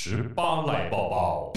18来抱抱。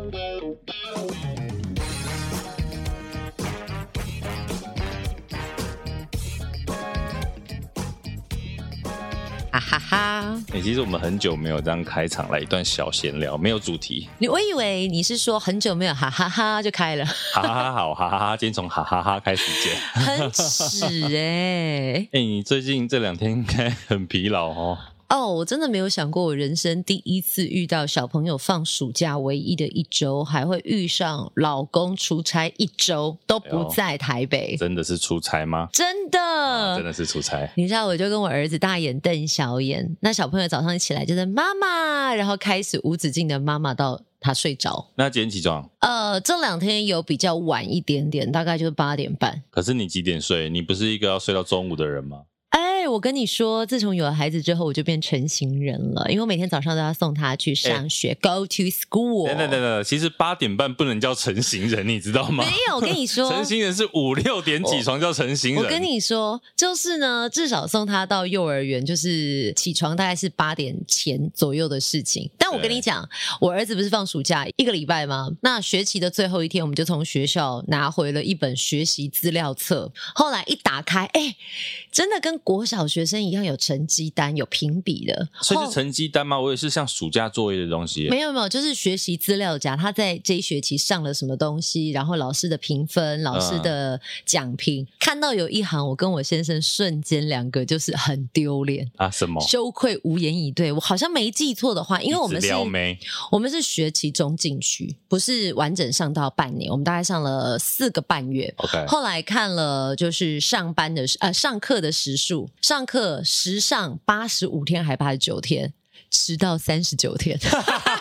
哈哈哈！ 其实我们很久没有这样开场来一段小闲聊，没有主题。 我以为你是说很久没有哈哈哈就开了， 哈哈哈好，哈哈哈，今天从哈哈哈开始接。 很耻欸。 你最近这2天应该很疲劳哦。 我真的没有想过，我人生第一次遇到小朋友放暑假唯一的1周，还会遇上老公出差1周都不在台北。 真的是出差吗？ 真的， 真的是出差。 你知道，我就跟我儿子大眼瞪小眼，那小朋友早上一起来就是妈妈，然后开始无止境的妈妈到他睡着。 那几点起床？ 这2天有比较晚一点点，大概就是8点半。 可是你几点睡？你不是一个要睡到中午的人吗？ 我跟你说，自从有了孩子之后，我就变成型人了，因为我每天早上都要送他去上学，go to school。 等，其实8点半不能叫成型人，你知道吗？ 没有，我跟你说， 成型人是5、6点起床叫成型人。 我跟你说，就是呢，至少送他到幼儿园，就是起床大概是8点前左右的事情。但我跟你讲，我儿子不是放暑假1个礼拜吗？那学期的最后一天，我们就从学校拿回了一本学习资料册。后来一打开，真的跟国小学生一样，有成绩单，有评比的。 所以是成绩单吗？我也是像暑假作业的东西。 没有，就是学习资料夹，他在这一学期上了什么东西，然后老师的评分，老师的讲评。看到有一行，我跟我先生瞬间2个就是很丢脸啊！什么？ 羞愧无言以对。我好像没记错的话，因为我们是学期中进去，不是完整上到半年，我们大概上了4个半月。 OK， 后来看了就是上课的时数，上课时上85天还89天，迟到39天。 快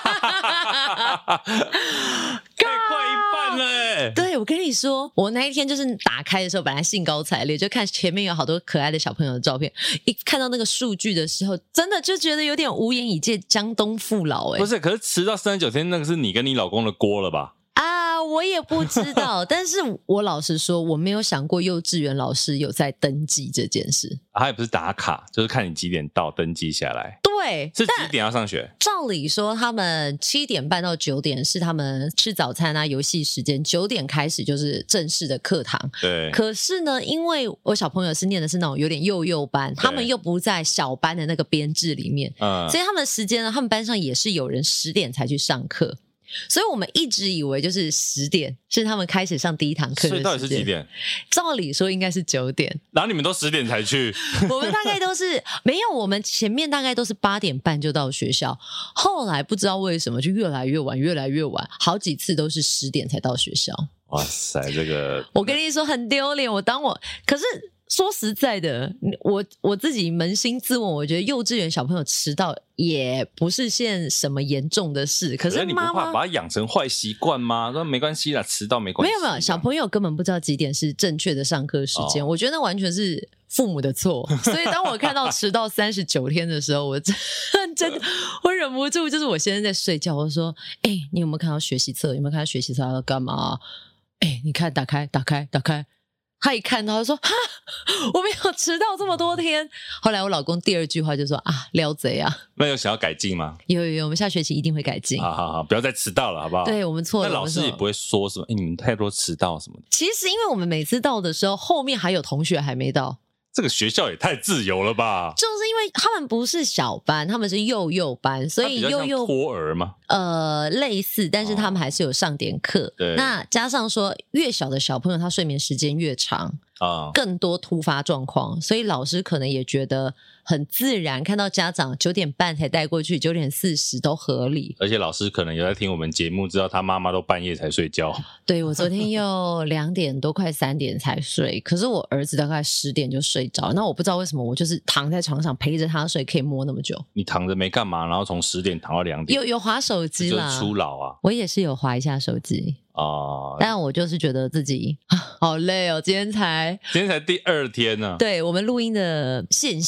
一半了耶。 对，我跟你说，我那一天就是打开的时候，本来兴高采烈，就看前面有好多可爱的小朋友的照片，一看到那个数据的时候，真的就觉得有点无言以借，江东父老。 不是，可是迟到39天，那个是你跟你老公的锅了吧？ 我也不知道，但是我老实说，我没有想过幼稚园老师有在登记这件事。 他也不是打卡，就是看你几点到登记下来。 对， 是几点要上学？ 照理说，他们7点半到9点是他们吃早餐游戏时间，9点开始就是正式的课堂。 对。 可是呢，因为我小朋友是念的是那种有点幼班，他们又不在小班的那个编制里面，所以他们的时间呢，他们班上也是有人10点才去上课。所以我们一直以为就是10点是他们开始上第一堂课的时间。所以到底是几点？ 照理说应该是9点。 然后你们都10点才去？ 我们大概都是没有，我们前面大概都是8点半就到学校，后来不知道为什么就越来越晚，好几次都是10点才到学校。 哇塞，这个我跟你说很丢脸。可是说实在的，我自己扪心自问，我觉得幼稚园小朋友迟到也不是件什么严重的事。可是你不怕把它养成坏习惯吗？说没关系啦，迟到没关系。 没有，小朋友根本不知道几点是正确的上课时间。我觉得那完全是父母的错。所以当我看到迟到39天的时候，我真的我忍不住，就是我现在在睡觉，我说你有没有看到学习册？有没有看到学习册要干嘛？你看，打开。他一看到，他说：“哈，我没有迟到这么多天。”后来我老公第2句话就说：“撩贼啊！” 那有想要改进吗？ 有，我们下学期一定会改进。 好，不要再迟到了，好不好？ 对，我们错了。 那老师也不会说什么，你们太多迟到什么的。 其实因为我们每次到的时候，后面还有同学还没到。 这个学校也太自由了吧？ 就是因为他们不是小班，他们是幼班，所以比较像托儿吗？ 类似，但是他们还是有上点课。 对， 那加上说，越小的小朋友他睡眠时间越长更多突发状况，所以老师可能也觉得很自然，看到家长9点半才带过去，9点40都合理。 而且老师可能有在听我们节目，知道他妈妈都半夜才睡觉。 对，我昨天又2点多快3点才睡，可是我儿子大概10点就睡着。那我不知道为什么，我就是躺在床上陪着他睡，可以摸那么久。 你躺着没干嘛，然后从10点躺到2点， 有滑手机啦， 就是初老啊。 我也是有滑一下手机。但我就是觉得自己好累哦，今天才第2天呢。 对，我们录音的线下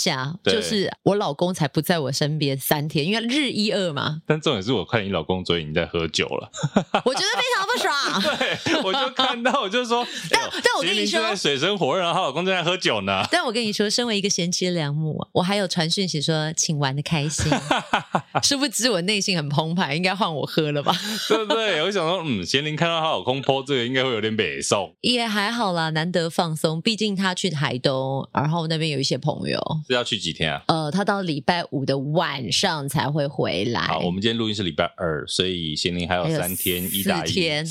就是我老公才不在我身边3天，因为日1、2嘛。 但重点是我看你老公昨天已经在喝酒了， 我觉得非常不爽。 对，我就看到我就说， 但我跟你说， 现在水深火热，然后她老公正在喝酒呢。 但我跟你说，身为一个贤妻良母，我还有传讯息说请玩的开心，殊不知我内心很澎湃，应该换我喝了吧？ 对不对？我想说，贤玲看到她老公 po 这个，应该会有点北宋。 也还好啦，难得放松，毕竟他去台东，然后那边有一些朋友。 是要去几天啊？ 他到礼拜5的晚上才会回来。 好，我们今天录音是礼拜2，所以贤玲还有3天1打1，4天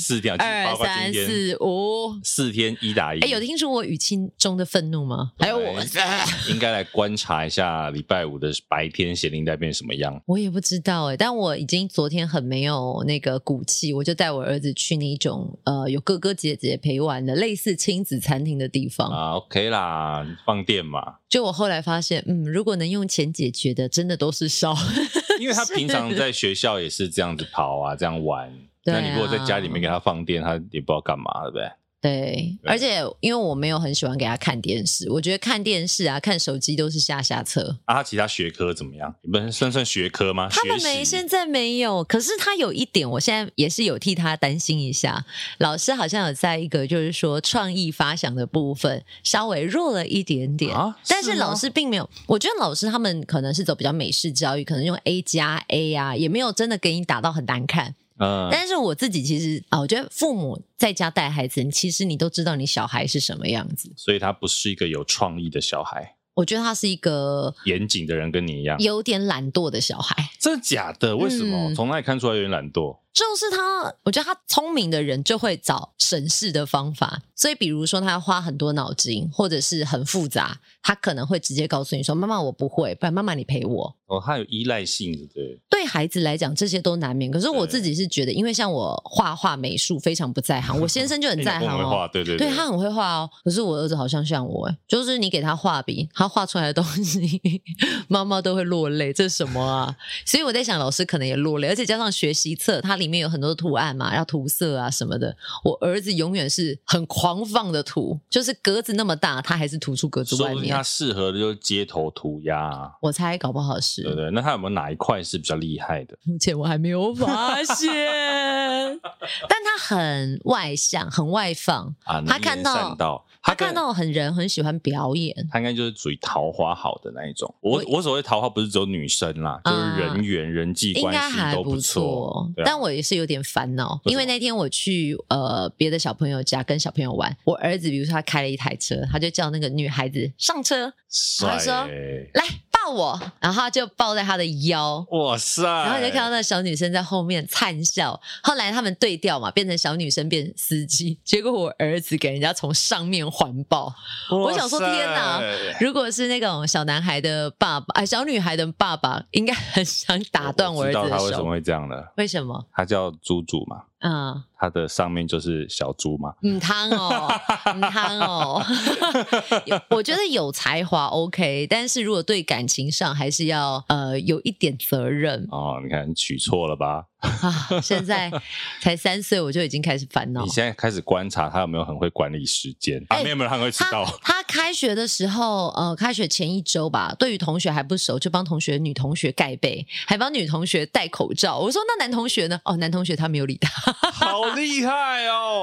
2、3、4、5 4天1打1。 有听出我语气中的愤怒吗？还有我应该来观察一下礼拜5的白天贤玲在变什么样。 我也不知道但我已经昨天很没有那个骨气，我就带我儿子去那种有哥哥姐姐陪玩的类似亲子餐厅的地方啊 OK 啦，放电嘛。 就我后来发现如果能用钱解决的真的都是少因为他平常在学校也是这样子跑啊这样玩那你如果在家里面给他放电他也不知道干嘛，对不对？ 对，而且因为我没有很喜欢给他看电视，我觉得看电视啊看手机都是下策他其他学科怎么样？你们算学科吗？ 他们现在没有，可是他有一点我现在也是有替他担心一下，老师好像有在一个就是说创意发想的部分稍微弱了一点点但是老师并没有，我觉得老师他们可能是走比较美式教育，可能用 A+A 啊，也没有真的给你打到很难看但是我自己其实我觉得父母在家带孩子，其实你都知道你小孩是什么样子， 所以他不是一个有创意的小孩。 我觉得他是一个严谨的人，跟你一样有点懒惰的小孩。 真的假的？为什么？从哪里看出来有点懒惰？ 就是我觉得他聪明的人就会找省事的方法，所以比如说他要花很多脑筋或者是很复杂，他可能会直接告诉你说妈妈我不会，不然妈妈你陪我他有依赖性的。 对孩子来讲这些都难免，可是我自己是觉得因为像我画画美术非常不在行我先生就很在行对他很会画可是我儿子好像我就是你给他画笔，他画出来的东西妈妈都会落泪，这是什么啊？所以我在想老师可能也落泪，而且加上学习册它里面有很多图案嘛，要涂色啊什么的，我儿子永远是很狂放的涂，就是格子那么大他还是涂出格子外面， 说不定他适合的就是街头涂鸦我猜搞不好是对对。那他有没有哪一块是比较厉害的？ 目前我还没有发现但他很外向很外放他看到人很喜欢表演， 他应该就是属于桃花好的那一种。我所谓桃花不是只有女生啦就是人缘人际关系都不错但我也是有点烦恼，因为那天我去别的小朋友家跟小朋友玩，我儿子比如说他开了一台车，他就叫那个女孩子上车，他说来抱我，然后他就抱在他的腰， 哇塞， 然后你就看到那小女生在后面灿笑，后来他们对调嘛，变成小女生变司机，结果我儿子给人家从上面环抱，我想说天哪，如果是那种小男孩的爸爸小女孩的爸爸应该很想打断我儿子的手。 我知道他为什么会这样了， 为什么？ 他叫猪猪嘛他的上面就是小猪嘛汤哦我觉得有才华 OK， 但是如果对感情上还是要有一点责任你看取错了吧现在才3岁我就已经开始烦恼。 你现在开始观察他有没有很会管理时间没有他很会迟到。 他开学的时候开学前1周吧，对于同学还不熟，就帮女同学盖被，还帮女同学戴口罩。我说那男同学呢？男同学他没有理他好厉害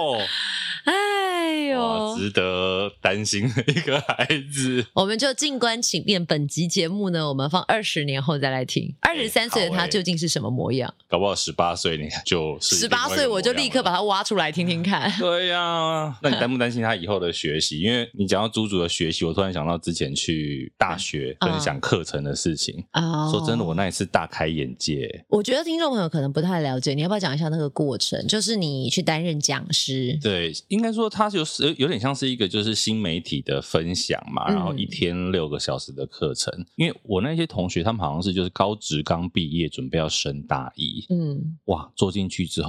哎呦， 值得担心的一个孩子。 我们就静观其变，本集节目呢我们放20年后再来听23岁的他究竟是什么模样搞不好18岁你就是 18岁我就立刻把他挖出来听听看对呀那你担不担心他以后的学习？因为你讲到猪猪的学习，我突然想到之前去大学分享课程的事情说真的我那一次大开眼界。 我觉得听众朋友可能不太了解，你要不要讲一下那个过程？就是你去担任讲师。 对，应该说它有点像是一个就是新媒体的分享嘛然后1天6个小时的课程。因为我那些同学他们好像是就是高职刚毕业准备要升大一哇，做进去之后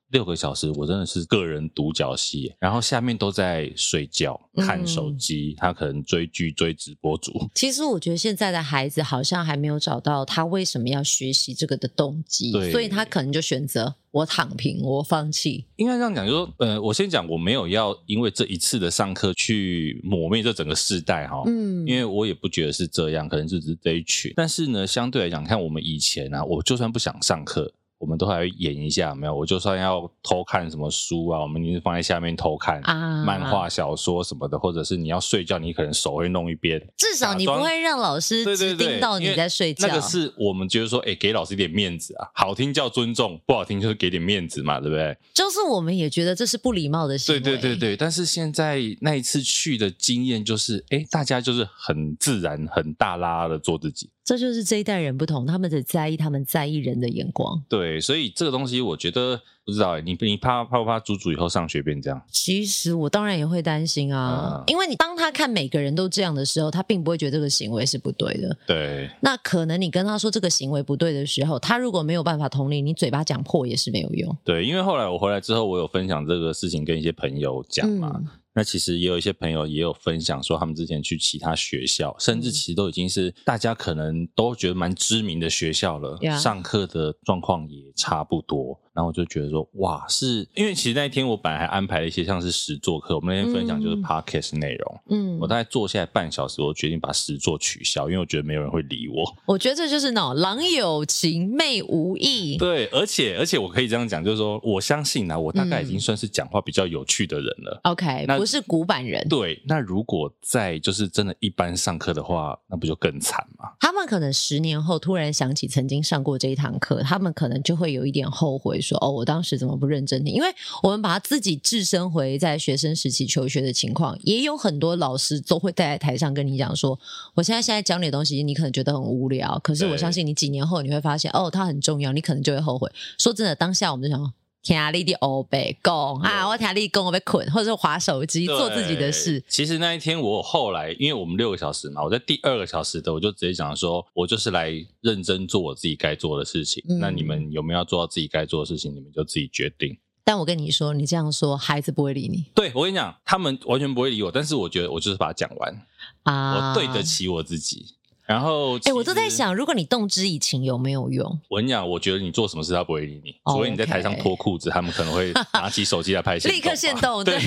6个小时我真的是个人独角戏，然后下面都在睡觉看手机，他可能追剧追直播主。 其实我觉得现在的孩子好像还没有找到他为什么要学习这个的动机，所以他可能就选择我躺平我放弃。 应该这样讲，就是说我先讲我没有要因为这一次的上课去抹灭这整个世代因为我也不觉得是这样，可能就只是这一群。但是呢相对来讲，看我们以前啊，我就算不想上课我们都还会演一下，有没有？我就算要偷看什么书啊，我们一定放在下面偷看漫画小说什么的，或者是你要睡觉你可能手会弄一边， 至少你不会让老师只盯到你在睡觉。 那个是我们觉得说给老师一点面子啊，好听叫尊重，不好听就是给点面子嘛，对不对？ 就是我们也觉得这是不礼貌的行为。 对，但是现在那一次去的经验就是大家就是很自然很大拉的做自己， 这就是这一代人不同，他们只在意他们在意人的眼光。 对，所以这个东西我觉得不知道你怕不怕猪猪以后上学变这样？ 其实我当然也会担心啊，因为你当他看每个人都这样的时候，他并不会觉得这个行为是不对的。 对， 那可能你跟他说这个行为不对的时候，他如果没有办法同理，你嘴巴讲破也是没有用。 对，因为后来我回来之后，我有分享这个事情跟一些朋友讲嘛。那其实也有一些朋友也有分享说他们之前去其他学校，甚至其实都已经是大家可能都觉得蛮知名的学校了，上课的状况也差不多。然后我就觉得说哇，是因为其实那一天我本来还安排了一些像是实作课，我们那天分享就是 podcast 内容，我大概坐下来半小时，我决定把实作取消，因为我觉得没有人会理我。 我觉得这就是那种郎有情妹无意。 对，而且我可以这样讲，就是说我相信我大概已经算是讲话比较有趣的人了。 OK， 不是古板人。 对，那如果在就是真的一般上课的话，那不就更惨吗？ 他们可能10年后突然想起曾经上过这一堂课，他们可能就会有一点后悔说我当时怎么不认真听。因为我们把他自己置身回在学生时期求学的情况，也有很多老师都会带在台上跟你讲说，我现在教你的东西你可能觉得很无聊，可是我相信你几年后你会发现它很重要，你可能就会后悔。说真的，当下我们就想听你的欧北讲我听你讲我被困，或者是滑手机做自己的事。 其实那一天我后来因为我们6个小时嘛，我在第2个小时的我就直接讲说，我就是来认真做我自己该做的事情，那你们有没有要做到自己该做的事情，你们就自己决定。 但我跟你说，你这样说孩子不会理你。 对，我跟你讲他们完全不会理我，但是我觉得我就是把它讲完我对得起我自己。然后我都在想，如果你动之以情有没有用？ 我跟你讲，我觉得你做什么事他不会理你，除非你在台上脱裤子，他们可能会拿起手机来拍限动， 立刻限动。 对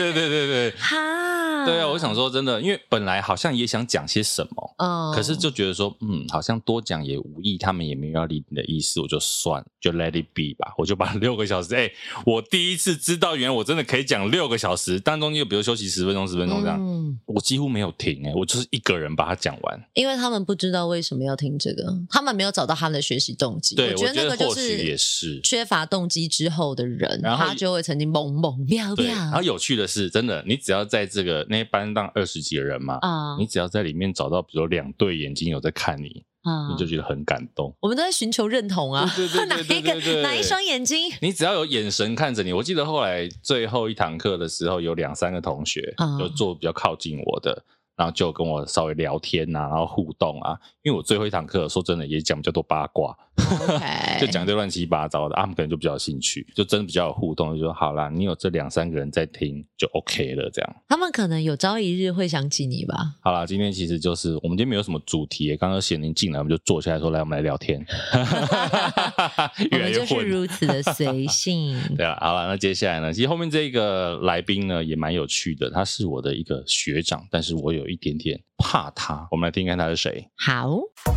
哈，对啊，我想说真的，因为本来好像也想讲些什么，可是就觉得说好像多讲也无益，他们也没有要理你的意思，我就算就 let it be 吧，我就把6个小时我第一次知道原来我真的可以讲6个小时，当中又比如休息10分钟10分钟这样，我几乎没有停我就是一个人把它讲完。因为他们不知道为什么要听这个，他们没有找到他们的学习动机。 对， 我觉得那个就是也是缺乏动机之后的人，他就会曾经蹦蹦跳跳。 然后有趣的是，真的，你只要在这个那班当20几个人嘛，你只要在里面找到比如说2对眼睛有在看你，你就觉得很感动。 我们都在寻求认同啊，哪一双眼睛？ 你只要有眼神看着你。我记得后来最后一堂课的时候，有2-3个同学就坐比较靠近我的，然后就跟我稍微聊天然后互动因为我最后一堂课说真的也讲比较多八卦就讲这乱七八糟的他们可能就比较有兴趣，就真的比较有互动，就说好啦，你有这2-3个人在听就 OK 了，这样他们可能有朝一日会想起你吧。 好啦，今天其实就是我们今天没有什么主题刚刚贤宁进来，我们就坐下来说来我们来聊天我们就是如此的随性对啊，好啦，那接下来呢，其实后面这个来宾呢也蛮有趣的，他是我的一个学长，但是我有一点点怕他，我们来听看他是谁。 好，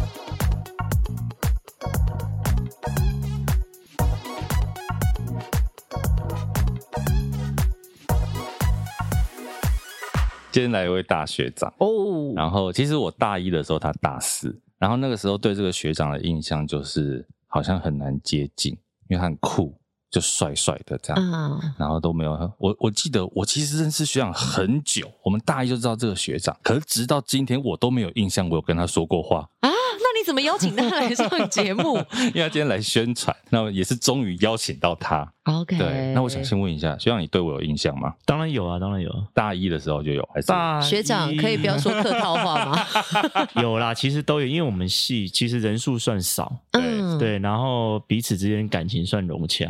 今天来一位大学长然后其实我大1的时候他大4，然后那个时候对这个学长的印象就是好像很难接近，因为他很酷，就帅帅的这样然后都没有我记得我其实认识学长很久，我们大1就知道这个学长，可是直到今天我都没有印象我有跟他说过话那你怎么邀请他来上节目？ 因为他今天来宣传，那也是终于邀请到他。 OK， 对，那我想先问一下，学长你对我有印象吗？ 当然有啊，当然有。 大1的时候就有，还是学长可以不要说客套话吗？ 有啦，其实都有，因为我们系其实人数算少，对，然后彼此之间感情算融洽。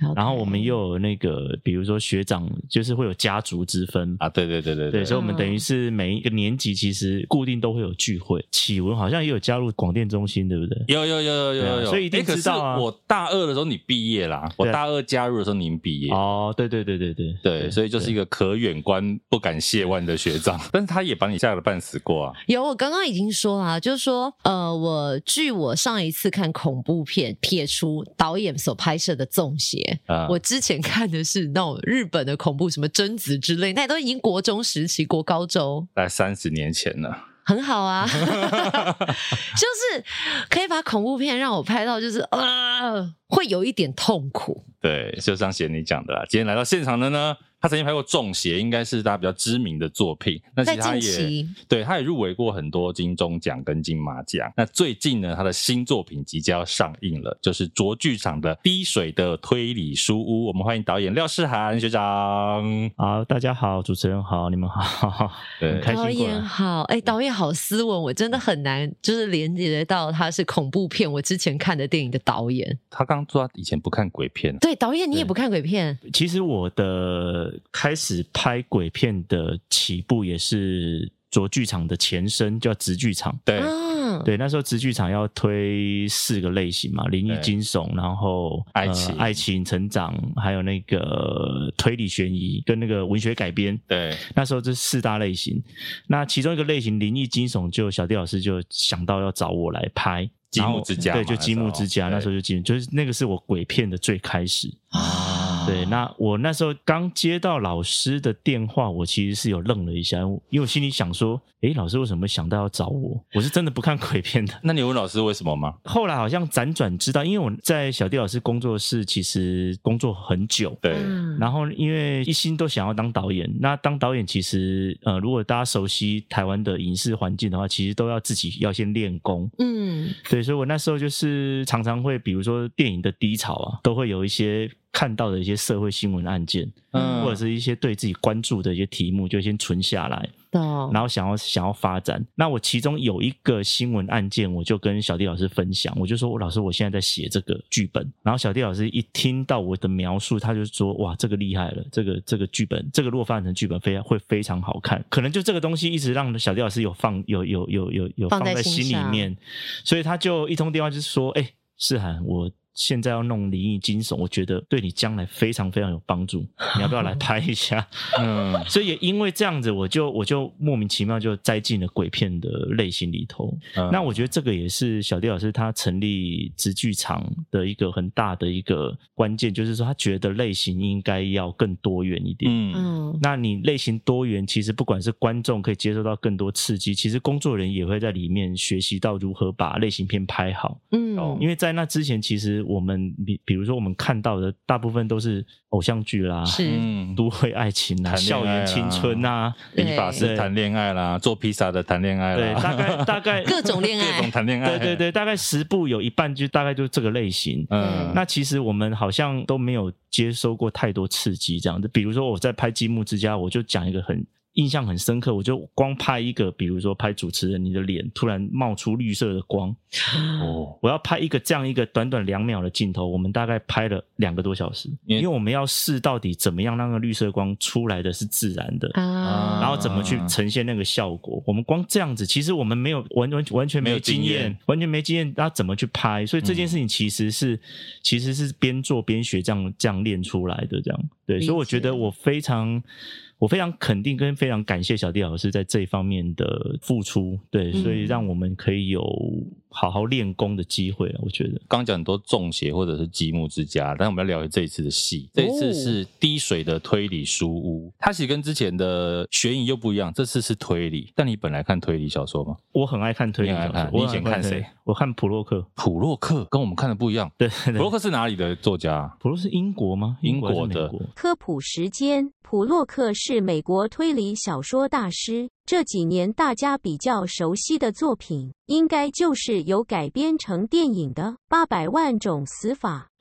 然后我们又有那个比如说学长就是会有家族之分啊，对， 所以我们等于是每一个年级其实固定都会有聚会。启文好像也有加入广电中心，对不对？ 有， 所以一定知道啊。 可是我大2的时候你毕业啦，我大2加入的时候您毕业。 哦，对， 所以就是一个可远观不敢亵玩的学长，但是他也把你吓得半死过啊。 有，我刚刚已经说了，就是说据我上一次看恐怖片，撇除导演所拍摄的中邪，我之前看的是那种日本的恐怖，什么贞子之类，那都已经国中时期、国高中， 大概30年前了。 很好啊，就是可以把恐怖片让我拍到，就是会有一点痛苦。 对，就像贤妮讲的啦，今天来到现场的呢，他曾经拍过《中邪》，应该是大家比较知名的作品。那其实他也入围过很多金钟奖跟金马奖。那最近呢，他的新作品即将要上映了，就是卓剧场的《滴水的推理书屋》。我们欢迎导演廖世涵学长。 好，大家好，主持人好，你们好，很开心过来。 导演好，导演好斯文，我真的很难就是连接得到他是恐怖片我之前看的电影的导演。 他刚说他以前不看鬼片。 对，导演你也不看鬼片？ 其实我的开始拍鬼片的起步也是卓剧场的前身，叫直剧场。对，那时候直剧场要推4个类型嘛，灵异惊悚，然后爱情成长，还有那个推理悬疑跟那个文学改编。 对， 那时候这4大类型。那其中一个类型灵异惊悚，就小弟老师就想到要找我来拍积木之家。 对，就积木之家，那时候就是那个是我鬼片的最开始啊。对，那我那时候刚接到老师的电话，我其实是有愣了一下，因为我心里想说，老师为什么想到要找我？我是真的不看鬼片的。 那你有问老师为什么吗？ 后来好像辗转知道，因为我在小弟老师工作室其实工作很久， 对， 然后因为一心都想要当导演，那当导演其实如果大家熟悉台湾的影视环境的话，其实都要自己要先练功。对，所以我那时候就是常常会，比如说电影的低潮啊，都会有一些看到的一些社会新闻案件，或者是一些对自己关注的一些题目，就先存下来，然后想要发展。那我其中有一个新闻案件，我就跟小弟老师分享，我就说老师我现在在写这个剧本。然后小弟老师一听到我的描述，他就说哇这个厉害了，这个剧本，这个如果发展成剧本会非常好看。可能就这个东西一直让小弟老师有放在心里面，所以他就一通电话就是说世涵，我现在要弄灵异惊悚，我觉得对你将来非常非常有帮助，你要不要来拍一下？所以也因为这样子，我就莫名其妙就栽进了鬼片的类型里头。那我觉得这个也是小弟老师他成立直剧场的一个很大的一个关键，就是说他觉得类型应该要更多元一点。那你类型多元，其实不管是观众可以接受到更多刺激，其实工作人员也会在里面学习到如何把类型片拍好。因为在那之前其实我们比如说我们看到的大部分都是偶像剧啦，都会爱情啦，校园青春啊， 理发师谈恋爱啦，做披萨的谈恋爱啦， 对，大概各种恋爱， 各种谈恋爱， 对，大概10部有一半就大概就这个类型。那其实我们好像都没有接收过太多刺激这样的。比如说我在拍积木之家，我就讲一个印象很深刻，我就光拍一个，比如说拍主持人，你的脸突然冒出绿色的光，我要拍这样一个短短2秒的镜头，我们大概拍了2个多小时，因为我们要试到底怎么样让那个绿色光出来的是自然的，然后怎么去呈现那个效果。我们光这样子，其实我们没有完全没经验，完全没经验，要怎么去拍？所以这件事情其实是边做边学这样练出来的，这样对。所以我觉得我非常肯定跟非常感谢小弟老师在这一方面的付出，对，所以让我们可以有好好练功的机会。我觉得刚讲很多中邪或者是积木之家，但我们要聊这一次的戏，这一次是滴水的推理书屋。它其实跟之前的悬疑又不一样，这次是推理。但你本来看推理小说吗？ 我很爱看推理小说。 你以前看谁？ 我看普洛克。 普洛克跟我们看的不一样。对，普洛克是哪里的作家？ 普洛克是英国吗？ 英国的。 科普时间，普洛克是美国推理小说大师，这几年大家比较熟悉的作品应该就是有改编成电影的《800万种死法》。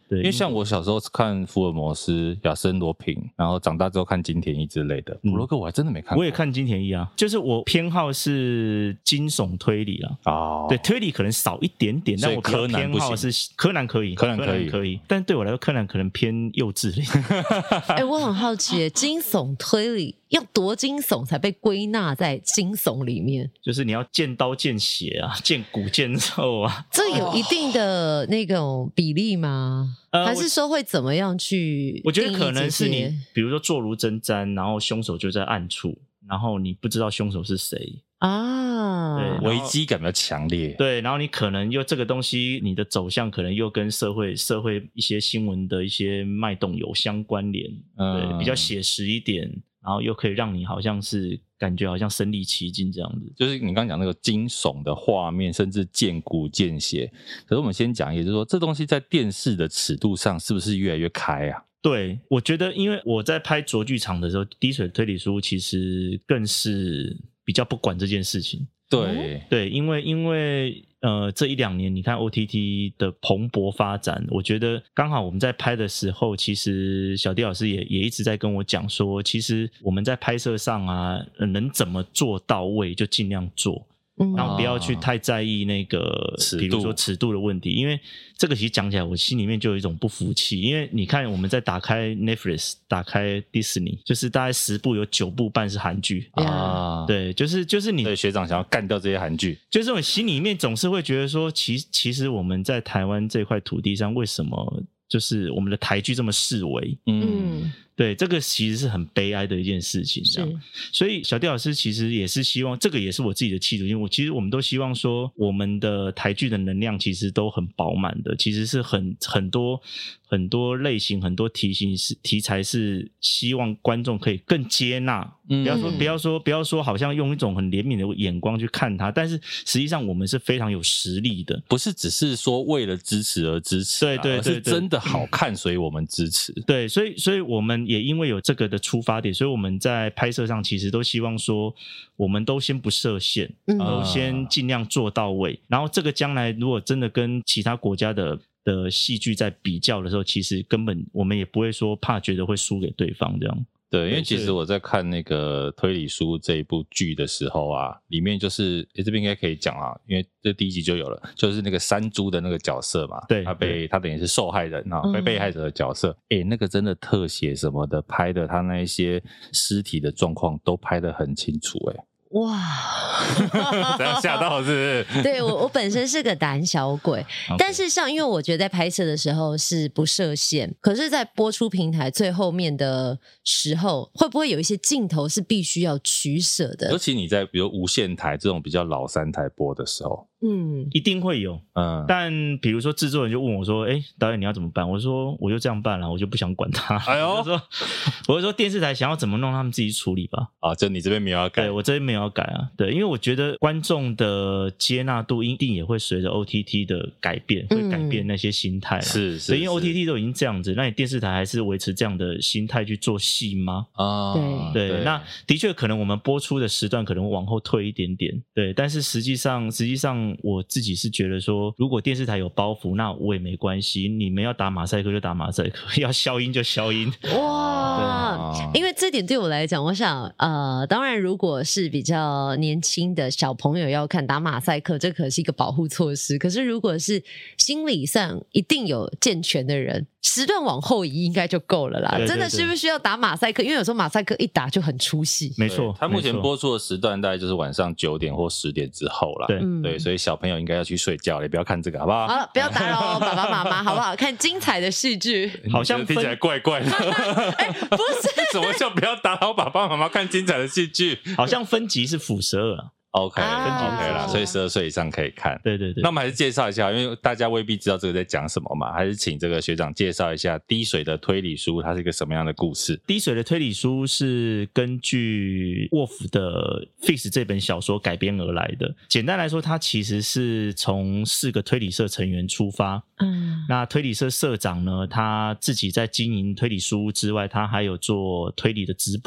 对， 因为像我小时候看福尔摩斯、亚森罗平，然后长大之后看金田一之类的，普洛克我还真的没看过。 我也看金田一啊，就是我偏好是惊悚推理啊。 哦， 对，推理可能少一点点，但我比较偏好是柯南可以，柯南可以，但对我来说柯南可能偏幼稚了。 我很好奇，惊悚推理要多惊悚才被归纳在惊悚里面？ 就是你要见刀见血啊，见骨见肉啊， 这有一定的那种比例吗？还是说会怎么样去？ 我觉得可能是你，比如说坐如针毡，然后凶手就在暗处，然后你不知道凶手是谁啊， 对，危机感比较强烈。 对，然后你可能又这个东西，你的走向可能又跟社会一些新闻的一些脉动有相关联，对，比较写实一点，然后又可以让你好像是感觉好像身临其境这样子。 就是你刚刚讲那个惊悚的画面，甚至见骨见血。可是我们先讲，也就是说，这东西在电视的尺度上是不是越来越开啊？ 对，我觉得因为我在拍卓剧场的时候，滴水推理书其实更是比较不管这件事情。 对对，因为这1-2年你看 OTT 的蓬勃发展，我觉得刚好我们在拍的时候，其实小弟老师也一直在跟我讲说，其实我们在拍摄上啊，能怎么做到位就尽量做。然后不要去太在意那个比如说尺度的问题，因为这个其实讲起来我心里面就有一种不服气，因为你看我们在打开 Netflix 打开 Disney， 就是大概10部有9部半是韩剧啊，对，就是你对学长想要干掉这些韩剧， 就是我心里面总是会觉得说其实我们在台湾这块土地上为什么就是我们的台剧这么式微，对，这个其实是很悲哀的一件事情，这样。所以小弟老师其实也是希望，这个也是我自己的企图，因为其实我们都希望说，我们的台剧的能量其实都很饱满的，其实是很多类型、很多题材是希望观众可以更接纳，不要说好像用一种很怜悯的眼光去看它，但是实际上我们是非常有实力的， 不是只是说为了支持而支持， 对， 而是真的好看，所以我们支持。 对，所以我们也因为有这个的出发点，所以我们在拍摄上其实都希望说，我们都先不设限，都先尽量做到位。然后这个将来如果真的跟其他国家的戏剧在比较的时候，其实根本我们也不会说怕觉得会输给对方这样。 对，因为其实我在看那个推理书这一部剧的时候啊，里面就是这边应该可以讲啊，因为这第1集就有了，就是那个山猪的那个角色嘛， 对， 他等于是受害人啊，被害者的角色，那个真的特写什么的拍的，他那一些尸体的状况都拍得很清楚， 哇！ 这样吓到是不是？ 对，我本身是个胆小鬼，但是因为我觉得在拍摄的时候是不设限，可是在播出平台最后面的时候，会不会有一些镜头是必须要取舍的？ 尤其你在比如无线台这种比较老3台播的时候。 一定会有，但比如说制作人就问我说，导演你要怎么办？我说我就这样办了，我就不想管他。我就说电视台想要怎么弄，他们自己处理吧。 啊，就你这边没有要改， 对我这边没有要改啊。对，因为我觉得观众的接纳度一定也会随着 OTT 的改变，会改变那些心态啦。 是， 所以因为 OTT 都已经这样子，那你电视台还是维持这样的心态去做戏吗？对，那的确可能我们播出的时段可能往后退一点点，对，但是实际上我自己是觉得说，如果电视台有包袱，那我也没关系。你们要打马赛克就打马赛克，要消音就消音。 哇！因为这点对我来讲，我想当然如果是比较年轻的小朋友要看打马赛克，这可是一个保护措施。可是如果是心理上一定有健全的人，时段往后移应该就够了啦。真的是不是需要打马赛克？因为有时候马赛克一打就很出戏。 没错， 他目前播出的时段大概就是晚上9点或10点之后啦。对，所以小朋友应该要去睡觉了，不要看这个好不好？ 好了，不要打扰爸爸妈妈好不好？看精彩的戏剧。 好像听起来怪怪的。 不是， 什么叫不要打扰爸爸妈妈看精彩的戏剧？ 好像分级是+12啊。 OK 啦，所以12岁以上可以看。 对， 那我们还是介绍一下，因为大家未必知道这个在讲什么嘛，还是请这个学长介绍一下《滴水的推理书》它是一个什么样的故事。 滴水的推理书是根据沃夫的 Fix 这本小说改编而来的。简单来说，它其实是从4个推理社成员出发。那推理社社长呢，他自己在经营推理书之外，他还有做推理的直播，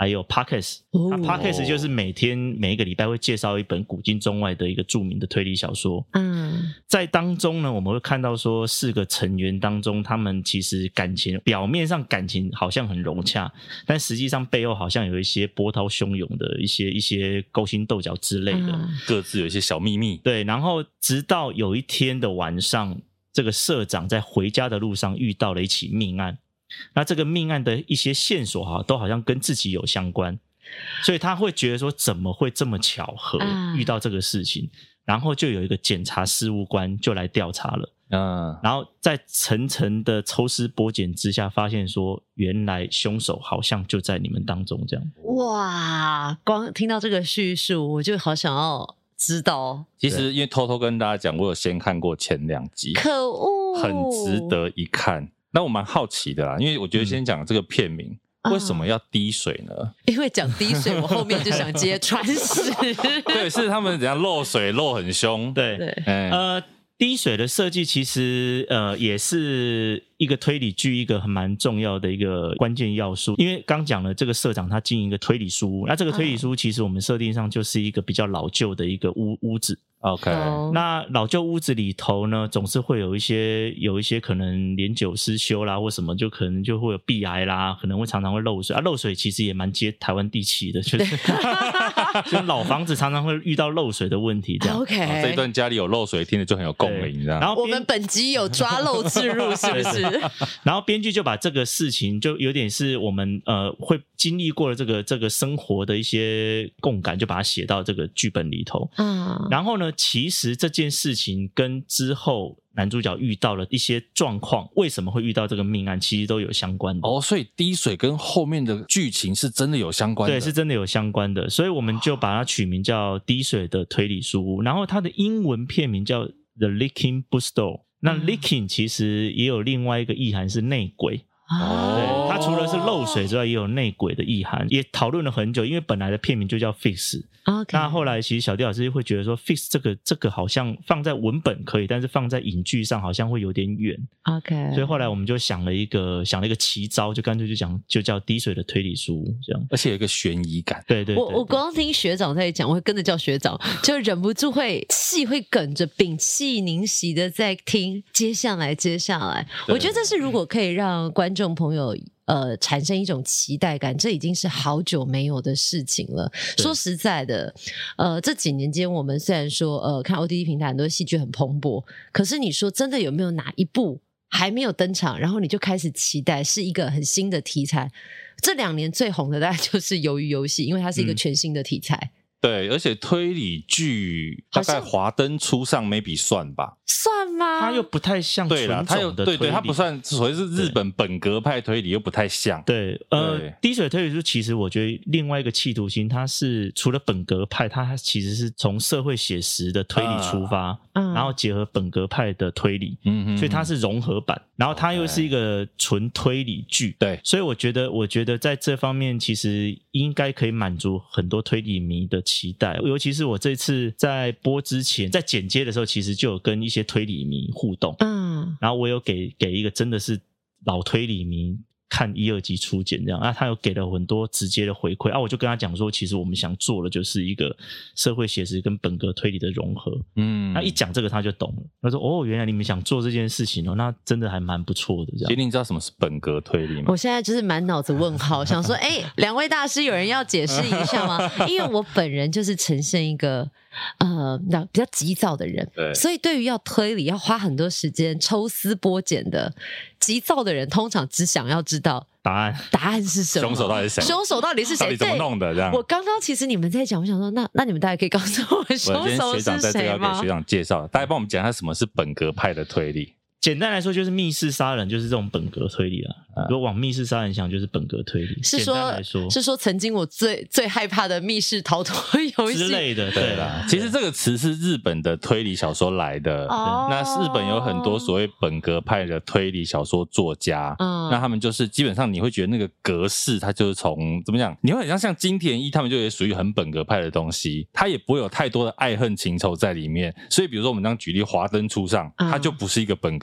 还有 Podcast， 那 Podcast 就是每一个礼拜会介绍一本古今中外的一个著名的推理小说。在当中呢，我们会看到说4个成员当中，他们其实表面上感情好像很融洽，但实际上背后好像有一些波涛汹涌的一些勾心斗角之类的， 各自有一些小秘密。 对，然后直到有一天的晚上，这个社长在回家的路上遇到了一起命案。那这个命案的一些线索都好像跟自己有相关，所以他会觉得说怎么会这么巧合遇到这个事情，然后就有一个检察事务官就来调查了。然后在层层的抽丝剥茧之下，发现说原来凶手好像就在你们当中这样。 哇，光听到这个叙述我就好想要知道。 其实因为偷偷跟大家讲，我有先看过前2集， 可恶， 很值得一看。那我蛮好奇的啦，因为我觉得先讲这个片名，为什么要滴水呢？ 因为讲滴水，我后面就想接传史。 对，是他们怎样漏水漏很凶。 对，滴水的设计其实也是一个推理剧一个蛮重要的一个关键要素。因为刚讲了这个社长他经营一个推理书屋，那这个推理书其实我们设定上就是一个比较老旧的一个屋子。 OK， 那老旧屋子里头呢，总是会有一些可能年久失修啦，或什么，就可能就会有壁癌啦，可能会常常会漏水漏水其实也蛮接台湾地气的，就是就老房子常常会遇到漏水的问题这样。 OK， 这一段家里有漏水听着就很有共鸣这样。 然后我们本集有抓漏置入是不是？ 然后编剧就把这个事情就有点是我们会经历过的这个生活的一些共感，就把它写到这个剧本里头。然后呢，其实这件事情跟之后男主角遇到了一些状况，为什么会遇到这个命案，其实都有相关的。 所以滴水跟后面的剧情是真的有相关的。 对，是真的有相关的，所以我们就把它取名叫滴水的推理书屋。然后它的英文片名叫 The Leaking Bookstore。那 leaking 其实也有另外一个意涵是内鬼。对，它除了是漏水之外也有内鬼的意涵，也讨论了很久，因为本来的片名就叫 Fix。那后来其实小弟老师会觉得说 Fix 这个好像放在文本可以，但是放在影剧上好像会有点远。所以后来我们就想了一个奇招，就干脆就叫滴水的推理书屋这样， 而且有一个悬疑感。 对， 我光听学长在讲，我会跟着叫学长，就忍不住会梗着屏气凝息的在听接下来。我觉得这是如果可以让观众朋友产生一种期待感，这已经是好久没有的事情了。说实在的，这几年间我们虽然说看 OTT 平台很多戏剧很蓬勃，可是你说真的有没有哪一部还没有登场，然后你就开始期待是一个很新的题材？这2年最红的大概就是鱿鱼游戏，因为它是一个全新的题材。 对，而且推理剧大概华灯初上 maybe 算吧。 算吗？ 它又不太像纯种的推理。 对，它不算，所谓是日本本格派推理又不太像。 对，滴水推理书其实我觉得另外一个企图心，它是除了本格派，它其实是从社会写实的推理出发，然后结合本格派的推理，所以它是融合版，然后它又是一个纯推理剧。 对， 所以我觉得在这方面其实应该可以满足很多推理迷的期待，尤其是我这次在播之前，在剪接的时候，其实就有跟一些推理迷互动，然后我有给一个真的是老推理迷看1、2集初剪这样，他有给了很多直接的回馈我就跟他讲说，其实我们想做的就是一个社会写实跟本格推理的融合。那一讲这个他就懂了，他说原来你们想做这件事情那真的还蛮不错的这样。 其实你知道什么是本格推理吗？ 我现在就是满脑子问号，想说2位大师有人要解释一下吗？因为我本人就是呈现一个比较急躁的人，所以对于要推理要花很多时间抽丝剥茧的急躁的人，通常只想要知道答案是什么， 凶手到底是谁， 凶手到底是谁， 到底怎么弄的这样。 我刚刚其实你们在讲，我想说那你们大概可以告诉我凶手是谁吗？ 我今天学长在这个要给学长介绍，大家帮我们讲一下什么是本格派的推理。 简单来说就是密室杀人，就是这种本格推理如果往密室杀人想，就是本格推理。 是说曾经我最害怕的密室逃脱游戏之类的。对啦， 其实这个词是日本的推理小说来的。那日本有很多所谓本格派的推理小说作家，那他们就是基本上你会觉得那个格式，它就是从怎么讲，你会很像金田一，他们就也属于很本格派的东西，它也不会有太多的爱恨情仇在里面。所以比如说我们刚举例华灯初上，它就不是一个本格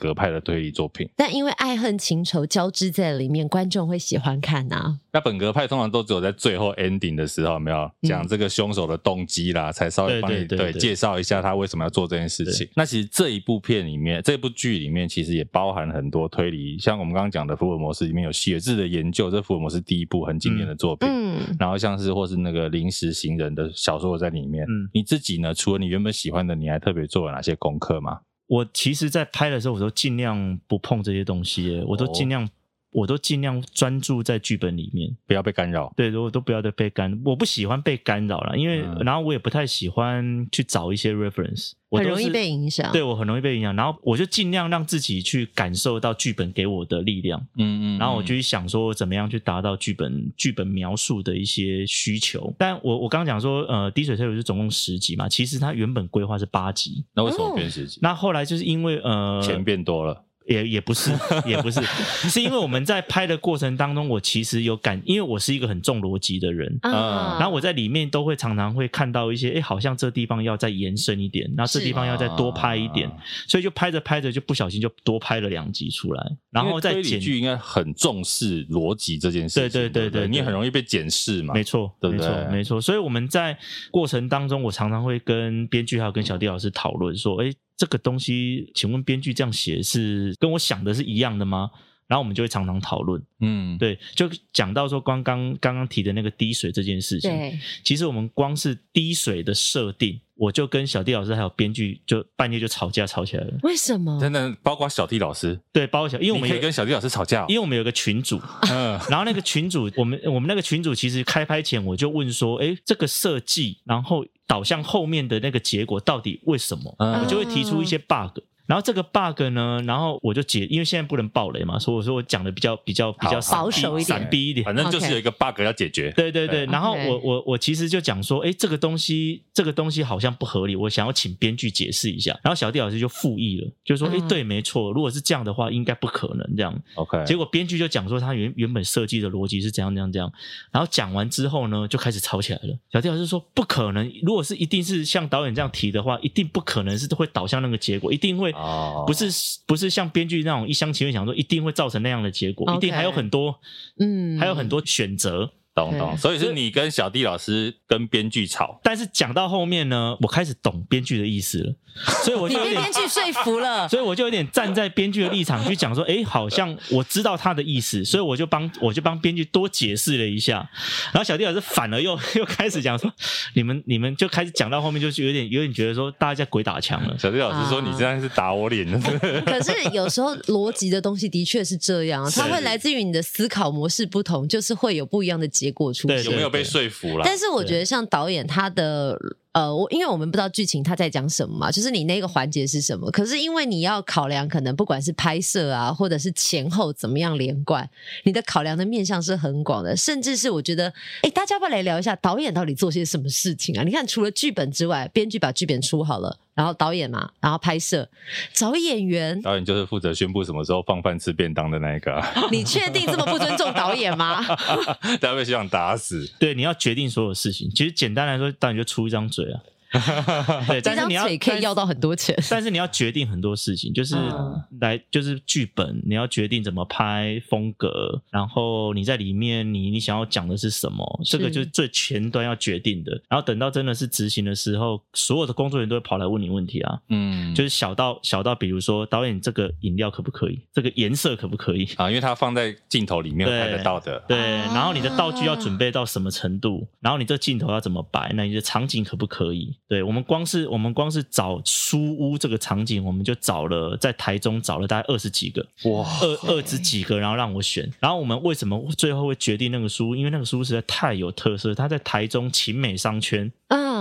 格派的推理作品。 但因为爱恨情仇交织在里面，观众会喜欢看啊。 那本格派通常都只有在最后 ending 的时候，有没有讲这个凶手的动机啦，才稍微帮你对介绍一下他为什么要做这件事情。那其实这一部片里面，这部剧里面其实也包含很多推理，像我们刚刚讲的福尔摩斯里面有血质的研究，这福尔摩斯第一部很经典的作品。然后像是或是那个临时行人的小说在里面。你自己呢，除了你原本喜欢的，你还特别做了哪些功课吗？ 我其实在拍的时候我都尽量不碰这些东西，我都尽量专注在剧本里面， 不要被干扰。 对，我都不要再被干扰。我不喜欢被干扰啦，因为然后我也不太喜欢去找一些 reference， 很容易被影响。 对，我很容易被影响，然后我就尽量让自己去感受到剧本给我的力量。然后我就去想说怎么样去达到剧本描述的一些需求。但我刚刚讲说滴水推理是总共10集嘛，其实它原本规划是8集。 那为什么变10集？ 那后来就是因为钱变多了。 也不是是因为我们在拍的过程当中，我其实有因为我是一个很重逻辑的人，然后我在里面都会常常会看到一些好像这地方要再延伸一点，然后这地方要再多拍一点，所以就拍着拍着就不小心就多拍了2集出来，然后再推理剧应该很重视逻辑这件事情。对，你很容易被检视嘛。 没错，对不对？没错。所以我们在过程当中，我常常会跟编剧还有跟小弟老师讨论说，这个东西请问编剧这样写是跟我想的是一样的吗？然后我们就会常常讨论。对，就讲到说刚刚提的那个滴水这件事情，对，其实我们光是滴水的设定，我就跟小弟老师还有编剧就半夜就吵架吵起来了。 为什么？ 真的包括小弟老师？ 对，包括因为我们你可以跟小弟老师吵架因为我们有个群组，然后那个群组我们那个群组其实开拍前我就问说，这个设计然后导向后面的那个结果到底为什么？我就会提出一些 bug。然后这个 bug 呢，然后我就因为现在不能爆雷嘛，所以我说我讲的比较保守一点， 闪避一点， 反正就是有一个 bug 要解决。 对。然后我其实就讲说，这个东西好像不合理，我想要请编剧解释一下。然后小弟老师就附议了，就说对，没错，如果是这样的话，应该不可能这样。 OK。 结果编剧就讲说他原本设计的逻辑是怎样。然后讲完之后呢，就开始吵起来了。小弟老师说不可能，如果是一定是像导演这样提的话，一定不可能是会导向那个结果，一定会。不是像编剧那种一厢情愿想说一定会造成那样的结果，一定还有很多选择。 懂，所以是你跟小弟老师跟编剧吵， 但是讲到后面呢，我开始懂编剧的意思了，所以我就你被编剧说服了， 所以我就有点站在编剧的立场去讲说，好像我知道他的意思，所以我就帮编剧多解释了一下，然后小弟老师反而又开始讲说，你们就开始讲到后面就是有点觉得说大家在鬼打墙了。 小弟老师说你这样是打我脸了。 可是有时候逻辑的东西的确是这样，它会来自于你的思考模式不同，就是会有不一样的结果出现。 有没有被说服啦？ 但是我觉得像导演他的因为我们不知道剧情他在讲什么嘛，就是你那个环节是什么，可是因为你要考量可能不管是拍摄啊或者是前后怎么样连贯，你的考量的面向是很广的，甚至是我觉得大家要不要来聊一下导演到底做些什么事情啊？你看除了剧本之外，编剧把剧本出好了，然后导演嘛，然后拍摄，找演员， 导演就是负责宣布什么时候放饭吃便当的那一个你确定这么不尊重导演吗？ 大家被学长打死。 对，你要决定所有事情，其实简单来说导演就出一张嘴啊。对，但是你要可以要到很多钱， 但是你要决定很多事情，就是就是剧本，你要决定怎么拍风格，然后你在里面你想要讲的是什么，这个就是最前端要决定的。然后等到真的是执行的时候，所有的工作人员都会跑来问你问题啊，就是小到比如说导演这个饮料可不可以，这个颜色可不可以啊？因为它放在镜头里面拍得到的， 对，然后你的道具要准备到什么程度，然后你这个镜头要怎么摆，那你的场景可不可以？对，我们光是找书屋这个场景，我们就在台中找了大概20几个，哇，20几个，然后让我选。然后我们为什么最后会决定那个书屋？因为那个书屋实在太有特色，它在台中勤美商圈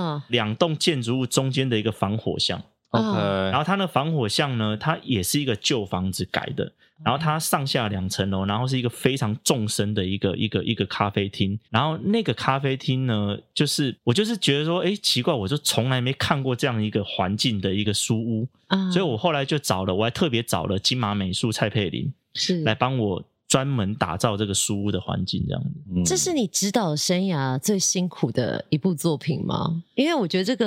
，2栋建筑物中间的一个防火巷。然后它那防火巷呢，它也是一个旧房子改的。然后它上下2层楼，然后是一个非常纵深的一个咖啡厅。然后那个咖啡厅呢，我就是觉得说，奇怪，我就从来没看过这样一个环境的一个书屋，所以我后来就我还特别找了金马美术蔡佩玲来帮我专门打造这个书屋的环境，这样子。 这是你指导生涯最辛苦的一部作品吗？因为我觉得这个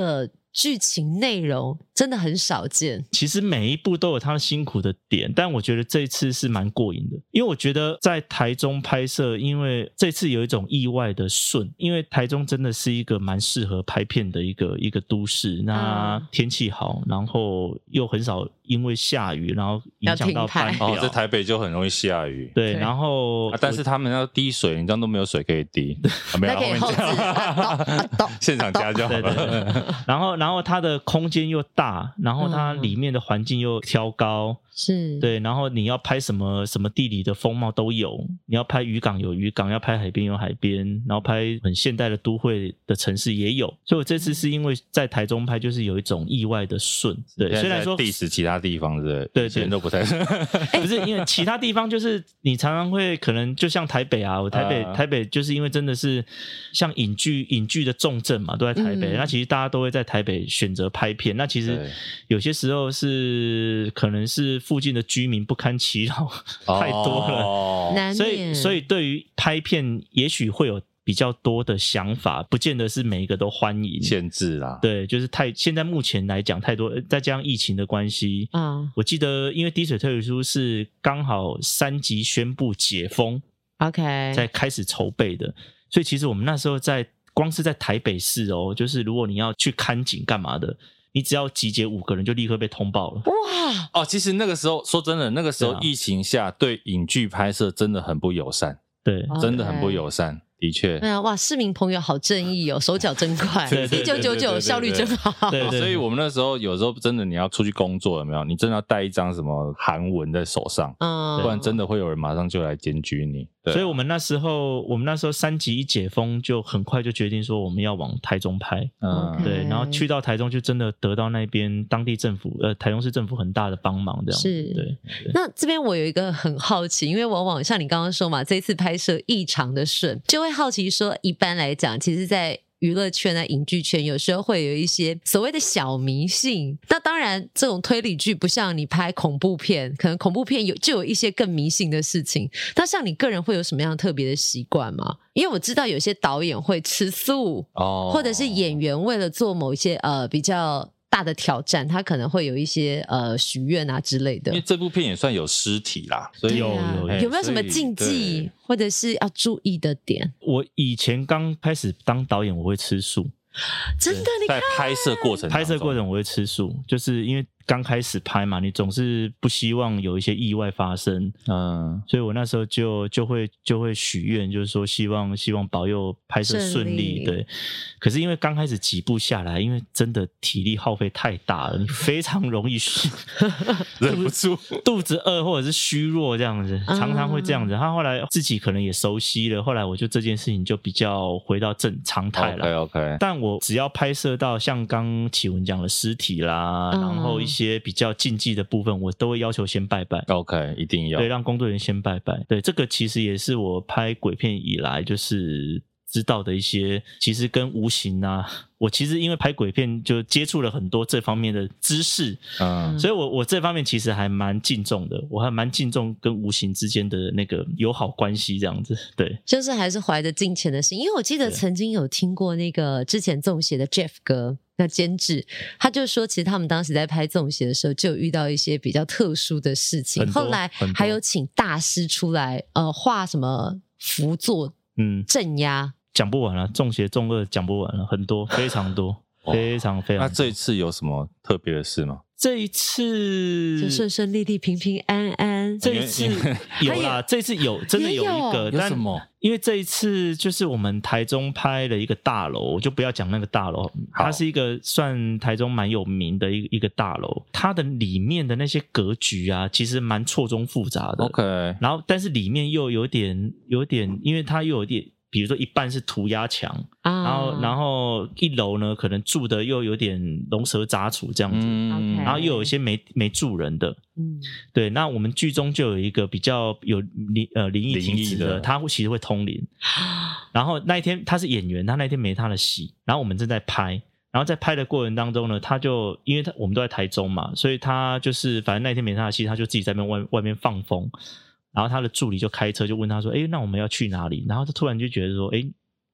剧情内容真的很少见。 其实每一部都有它辛苦的点，但我觉得这一次是蛮过瘾的，因为我觉得在台中拍摄，因为这次有一种意外的顺，因为台中真的是一个蛮适合拍片的一个都市，那天气好，然后又很少因为下雨然后影响到班表。 在台北就很容易下雨， 对，然后但是他们要滴水，你这样都没有水可以滴，没有， 那可以后置现场加就好了。 对，然后它的空间又大，然后它里面的环境又挑高， 是对，然后你要拍什么地理的风貌都有，你要拍渔港有渔港，要拍海边有海边，然后拍很现代的都会的城市也有，所以我这次是因为在台中拍，就是有一种意外的顺，对，虽然说 diss其他地方是对都不太不是因为其他地方就是你常常会可能就像台北啊，我台北就是因为真的是像影剧的重镇嘛，都在台北，那其实大家都会在台北选择拍片，那其实有些时候是可能是附近的居民不堪其扰太多了， 难免， 所以对于拍片也许会有比较多的想法，不见得是每一个都欢迎， 限制啦。 对，就是现在目前来讲太多，再加上疫情的关系，我记得因为滴水特许书是刚好3级宣布解封 ，OK， 在开始筹备的，所以其实我们那时候光是在台北市就是如果你要去看景干嘛的，你只要集结5个人就立刻被通报了。 哇！ 其实那个时候说真的，那个时候疫情下对影剧拍摄真的很不友善， 对， 真的很不友善。的确， 对啊，哇，市民朋友好正义哦，手脚真快，1999效率真好。 对， 所以我们那时候有时候真的你要出去工作，有没有？你真的要带一张什么韩文在手上，不然真的会有人马上就来检举你。 所以我们那时候3级一解封，就很快就决定说我们要往台中拍，对，然后去到台中就真的得到那边当地政府台中市政府很大的帮忙，这样是。 对。 那这边我有一个很好奇，因为往往像你刚刚说嘛，这次拍摄异常的顺，就会好奇说，一般来讲，其实在娱乐圈啊、影剧圈有时候会有一些所谓的小迷信。那当然这种推理剧不像你拍恐怖片，可能恐怖片就有一些更迷信的事情。那像你个人会有什么样特别的习惯吗？因为我知道有些导演会吃素，或者是演员为了做某一些比较大的挑战，他可能会有一些许愿啊之类的。 因为这部片也算有尸体啦，所以有没有什么禁忌或者是要注意的点？ 我以前刚开始当导演，我会吃素。 真的？你看在拍摄过程我会吃素，就是因为刚开始拍嘛，你总是不希望有一些意外发生，所以我那时候就会许愿，就是说希望保佑拍摄顺利，对。可是因为刚开始几部下来，因为真的体力耗费太大了，你非常容易忍不住肚子饿或者是虚弱这样子，常常会这样子。他后来自己可能也熟悉了，后来我就这件事情就比较回到常态了。 OK， 但我只要拍摄到像刚启文讲的尸体啦，然后一些比较禁忌的部分，我都会要求先拜拜。 OK， 一定要。 对，让工作人员先拜拜。对，这个其实也是我拍鬼片以来就是知道的一些，其实跟无形啊，我其实因为拍鬼片就接触了很多这方面的知识，所以我这方面其实还蛮敬重的，我还蛮敬重跟无形之间的那个友好关系这样子。对， 就是还是怀着敬虔的心，因为我记得曾经有听过那个之前粽邪的 Jeff 哥那监制，他就说其实他们当时在拍粽邪的时候就有遇到一些比较特殊的事情，后来还有请大师出来画什么符作镇压， 讲不完了，粽邪粽恶讲不完了，很多，非常多，非常非常多。 那这一次有什么特别的事吗？ 这一次就顺顺利利、平平安安。 这一次有啦，这一次真的有一个， 有什么？ 因为这一次就是我们台中拍了一个大楼，我就不要讲那个大楼，它是一个算台中蛮有名的一个大楼，它的里面的那些格局啊，其实蛮错综复杂的。 OK， 然后但是里面又有点，因为它又有点。比如说一半是涂鸦墙，然后1楼呢可能住的又有点龙蛇杂处这样子，然后又有一些没住人的，对。那我们剧中就有一个比较有灵异体质的，他其实会通灵。然后那一天他是演员，他那天没他的戏，然后我们正在拍，然后在拍的过程当中呢，他就因为我们都在台中嘛，所以他就是反正那天没他的戏，他就自己在外面放风。然后他的助理就开车就问他说：“那我们要去哪里？”然后他突然就觉得说：“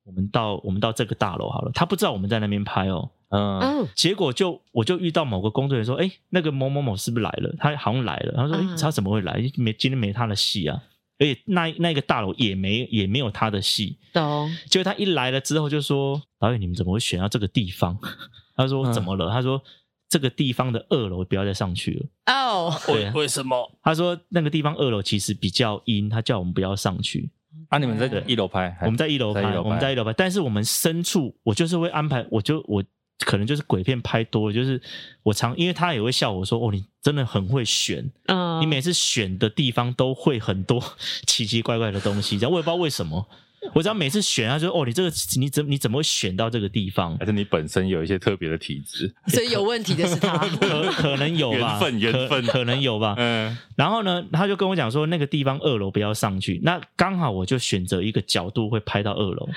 我们到这个大楼好了，他不知道我们在那边拍哦。结果我就遇到某个工作人员说，那个某某某是不是来了？他好像来了，他说，他怎么会来？今天没他的戏啊，而且那个大楼也没有他的戏。 懂。 结果他一来了之后就说，导演你们怎么会选到这个地方？他说怎么了？他说这个地方的2楼不要再上去了。 哦， 为什么？ 他说那个地方2楼其实比较阴，他叫我们不要上去。 你们在1楼拍？ 我们在1楼拍，我们在1楼拍，但是我们深处，我就是会安排，我可能就是鬼片拍多了，就是因为他也会笑我说，你真的很会选，你每次选的地方都会很多奇奇怪怪的东西，这样我也不知道为什么。我只要每次选，他就说，你怎么会选到这个地方？ 还是你本身有一些特别的体质， 所以有问题的是他， 可能有吧， 缘分可能有吧。然后呢，他就跟我讲说，那个地方2楼不要上去。那刚好我就选择一个角度会拍到2楼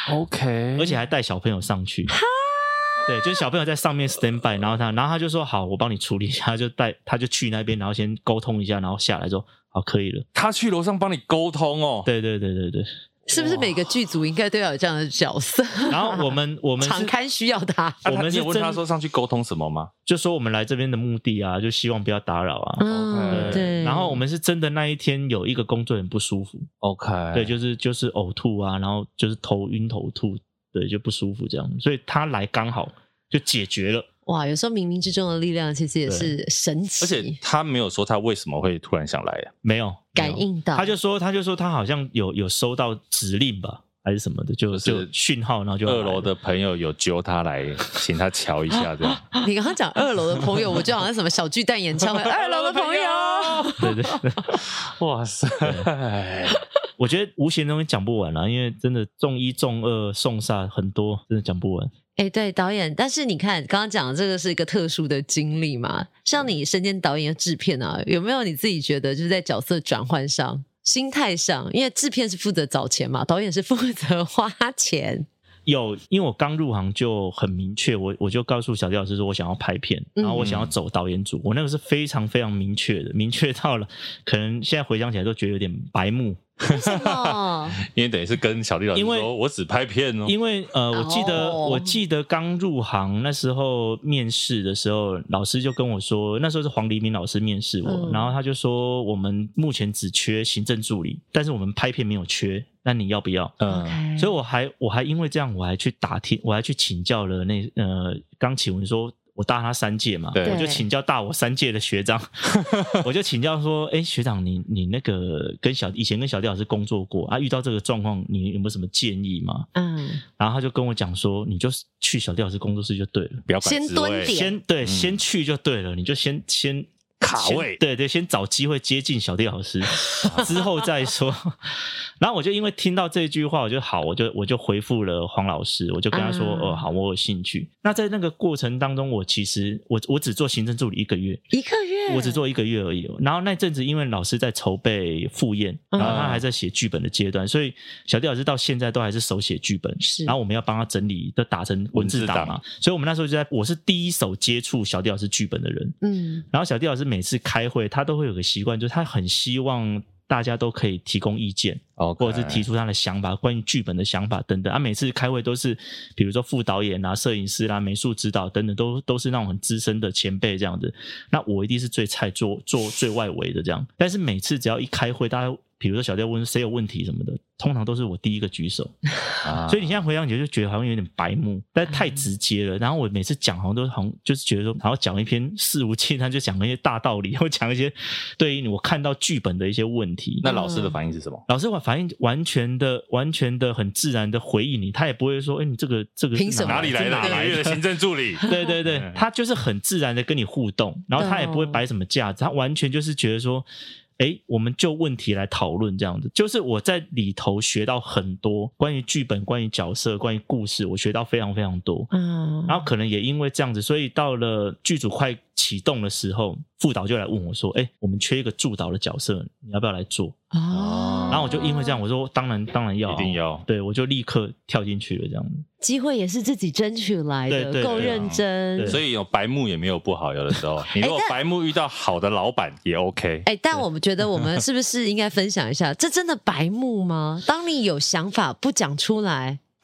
，OK， 而且还带小朋友上去。对，就是小朋友在上面 stand by， 然后他就说好，我帮你处理一下，他就去那边，然后先沟通一下，然后下来说好可以了。 他去楼上帮你沟通哦。 对。 是不是每个剧组应该都要有这样的角色？ 然后我们常堪需要他。 我们是问他说上去沟通什么吗？ 就说我们来这边的目的啊，就希望不要打扰啊。 对。 然后我们是真的那一天有一个工作人员不舒服 ，OK， 对，就是呕吐啊，然后就是头晕头吐，对，就不舒服这样，所以他来刚好就解决了。 哇，有时候冥冥之中的力量其实也是神奇。 而且他没有说他为什么会突然想来呀？ 没有感应到。 他就说他好像有收到指令吧，还是什么的，就讯号，然后就 2楼的朋友有揪他来，请他瞧一下这样。 你刚刚讲2楼的朋友，我就好像什么小巨蛋演唱会，2楼的朋友。 对， 哇塞！ 我觉得无形中讲不完啦，因为真的重1、重2、送煞很多，真的讲不完。 对，导演，但是你看刚刚讲的这个是一个特殊的经历嘛，像你身兼导演的制片啊，有没有你自己觉得就是在角色转换上、心态上，因为制片是负责找钱嘛，导演是负责花钱。 有，因为我刚入行就很明确，我就告诉小弟老师说我想要拍片，然后我想要走导演组，我那个是非常非常明确的，明确到了可能现在回想起来都觉得有点白目。 为什么？ 因为等于是跟小弟老师说我只拍片哦。 因为我记得刚入行那时候面试的时候，老师就跟我说，那时候是黄黎明老师面试我，然后他就说我们目前只缺行政助理，但是我们拍片没有缺，那你要不要？所以我还因为这样，我还去打听，我还去请教了刚启文说。我大他3届嘛，我就请教大我3届的学长，我就请教说，学长你那个以前跟小弟老师工作过啊，遇到这个状况，你有没有什么建议吗？然后他就跟我讲说，你就去小弟老师工作室就对了， 不要管先蹲点， 先去就对了，你就先卡位， 对，先找机会接近小弟老师，之后再说。然后我就因为听到这句话，我就回复了黄老师，我就跟他说，好，我有兴趣。那在那个过程当中，我其实我只做行政助理1个月，我只做1个月而已。然后那阵子因为老师在筹备复验，然后他还在写剧本的阶段，所以小弟老师到现在都还是手写剧本，然后我们要帮他整理，都打成文字档嘛。所以我们那时候我是第一手接触小弟老师剧本的人，然后小弟老师每次开会，他都会有个习惯，就是他很希望大家都可以提供意见，或者是提出他的想法，关于剧本的想法等等。每次开会都是，比如说副导演啊、摄影师啦、美术指导等等，都是那种很资深的前辈这样子。那我一定是最菜，做最外围的这样。但是每次只要一开会，大家比如说小弟问谁有问题什么的，通常都是我第一个举手。所以你现在回想起来就觉得好像有点白目，但太直接了。然后我每次讲好像就是觉得说，然后讲一篇事无巨细，就讲一些大道理，或讲一些对于我看到剧本的一些问题。 那老师的反应是什么？ 老师反应完全的很自然的回应你，他也不会说，你这个凭什么哪里来的哪个月的行政助理？ 对，他就是很自然的跟你互动，然后他也不会摆什么架子，他完全就是觉得说。我们就问题来讨论这样子，就是我在里头学到很多关于剧本、关于角色、关于故事，我学到非常非常多。然后可能也因为这样子，所以到了剧组快启动的时候，副导就来问我说：“我们缺一个助导的角色，你要不要来做？”然后我就因为这样，我说当然要， 一定要。 对，我就立刻跳进去了，这样子。 机会也是自己争取来的，够认真。 所以有白目也没有不好，有的时候你如果白目遇到好的老板也 OK。 但我们觉得我们是不是应该分享一下，这真的白目吗？当你有想法不讲出来，跟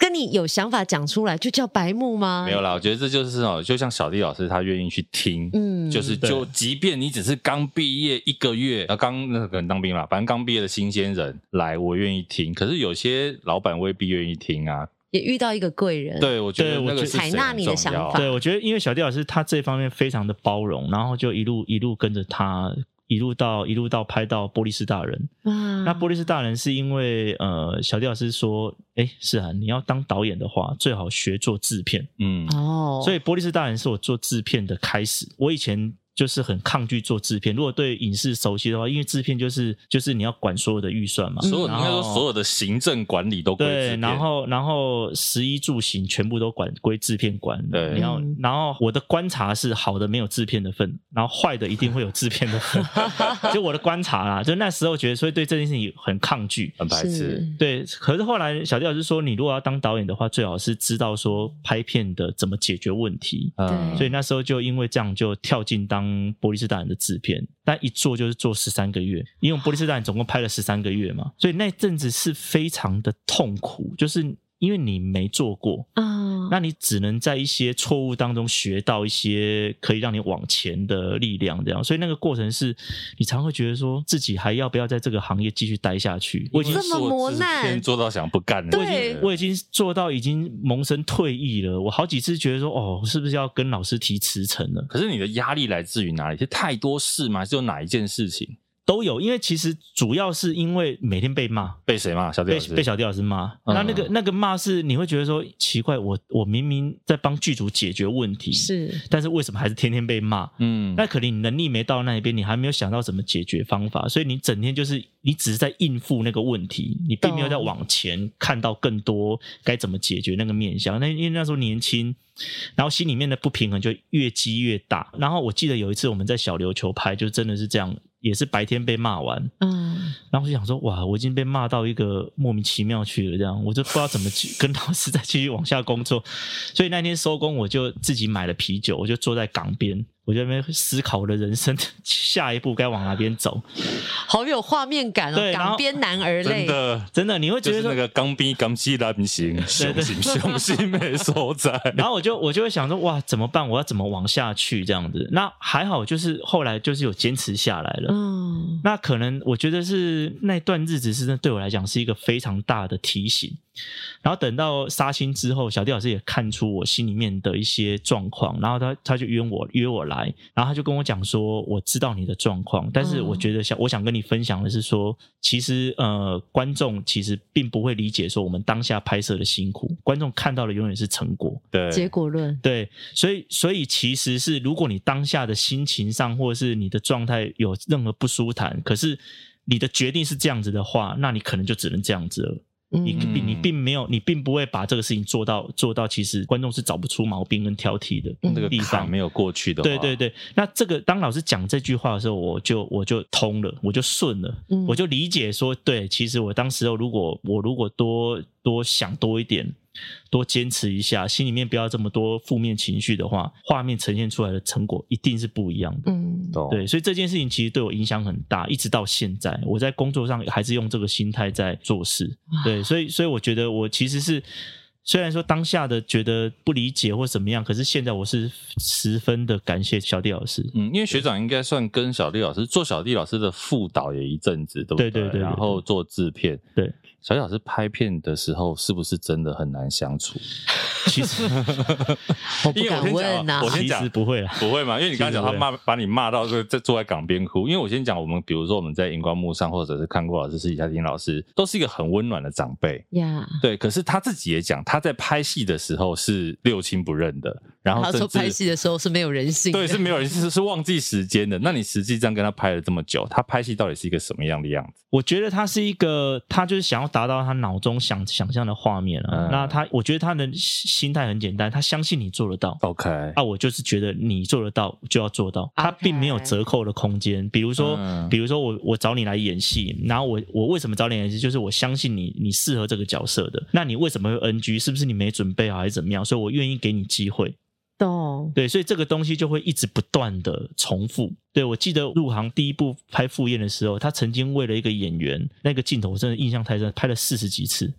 那你有想法讲出来就叫白目吗？ 没有啦，我觉得这就是就像小弟老师他愿意去听，就即便你只是刚毕业1个月，那可能当兵啦，反正刚毕业的新鲜人来，我愿意听。可是有些老板未必愿意听啊。也遇到一个贵人， 对，我觉得那个是采纳你的想法。 对，我觉得因为小弟老师他这方面非常的包容，然后就一路跟着他。一路到拍到波利斯大人，那波利斯大人是因为小弟老师说，是啊，你要当导演的话，最好学做制片，所以波利斯大人是我做制片的开始。我以前就是很抗拒做制片，如果对影视熟悉的话，因为制片就是你要管所有的预算嘛， 应该说所有的行政管理都归制片， 对，然后食衣住行全部都归制片管，对，然后我的观察是好的没有制片的份，然后坏的一定会有制片的份，就我的观察啦，就那时候觉得，所以对这件事情很抗拒， 很排斥， 对。可是后来小弟老师说，你如果要当导演的话，最好是知道说拍片的怎么解决问题，所以那时候就因为这样就跳进当波利斯大人的制片，但一做就是做13个月，因为波利斯大人总共拍了13个月嘛，所以那阵子是非常的痛苦，就是因为你没做过那你只能在一些错误当中学到一些可以让你往前的力量，这样，所以那个过程是你常会觉得说自己还要不要在这个行业继续待下去。我已经这么磨难， 做到想不干了， 对， 我已经做到已经萌生退役了。我好几次觉得说，是不是要跟老师提辞呈了？ 可是你的压力来自于哪里？是太多事吗？还是有哪一件事情？ 都有，因为其实主要是因为每天被骂， 被谁骂？小弟老师被小弟老师骂。那个骂是你会觉得说奇怪，我明明在帮剧组解决问题，但是为什么还是天天被骂？那可能你能力没到那一边，你还没有想到怎么解决方法，所以你整天就是你只是在应付那个问题，你并没有在往前看到更多该怎么解决那个面向。因为那时候年轻，然后心里面的不平衡就越积越大。然后我记得有一次我们在小琉球拍，就真的是这样。也是白天被骂完，然后我就想说，哇，我已经被骂到一个莫名其妙去了，这样我就不知道怎么跟老师再继续往下工作，所以那天收工我就自己买了啤酒，我就坐在港边，我就在那边思考我的人生下一步该往哪边走， 好有画面感哦！对，港边男儿泪， 真的，你会觉得就是那个港边港西难行，雄心没所在。 然后我就会想说，哇，怎么办？我要怎么往下去？这样子，那还好，就是后来就是有坚持下来了。那可能我觉得是那段日子是真的对我来讲是一个非常大的提醒。然后等到杀青之后，小弟老师也看出我心里面的一些状况，然后他就约我来，然后他就跟我讲说，我知道你的状况，但是我觉得我想跟你分享的是说，其实观众其实并不会理解说我们当下拍摄的辛苦，观众看到的永远是成果， 对， 结果论， 对，所以其实是如果你当下的心情上或者是你的状态有任何不舒坦，可是你的决定是这样子的话，那你可能就只能这样子了。你并不会把这个事情做到，其实观众是找不出毛病跟挑剔的那个地方没有过去的话， 对，那这个当老师讲这句话的时候，我就通了，我就顺了，我就理解说，对，其实我当时候如果多想多一点，多坚持一下，心里面不要这么多负面情绪的话，画面呈现出来的成果一定是不一样的。对，所以这件事情其实对我影响很大，一直到现在，我在工作上还是用这个心态在做事。对，所以我觉得我其实是虽然说当下的觉得不理解或怎么样，可是现在我是十分的感谢小弟老师。 因为学长应该算跟小弟老师做小弟老师的副导也一阵子，对不对？对，然后做制片， 对。 小弟老师拍片的时候是不是真的很难相处？ 其实我不敢问啊， 我先讲， 其实不会啦， 不会嘛？因为你刚才讲他把你骂到坐在港边哭。因为我先讲，比如说我们在荧光幕上，或者是看过老师、私底下听老师，都是一个很温暖的长辈。对，可是他自己也讲，他在拍戏的时候是六亲不认的，然后他说拍戏的时候是没有人性的， 对，是没有人性，是忘记时间的。那你实际上跟他拍了这么久，他拍戏到底是一个什么样的样子？ 我觉得他是一个，他就是想要达到他脑中想象的画面啊。那我觉得他的心态很简单，他相信你做得到。 OK， 我就是觉得你做得到就要做到，他并没有折扣的空间。比如说我找你来演戏，然后我为什么找你演戏，就是我相信你适合这个角色的。那你为什么会 NG？ 是不是你没准备好还是怎么样？所以我愿意给你机会。对，所以这个东西就会一直不断的重复。对，我记得入行第一部拍赴宴的时候，他曾经为了一个演员，那个镜头我真的印象太深，拍了40几次。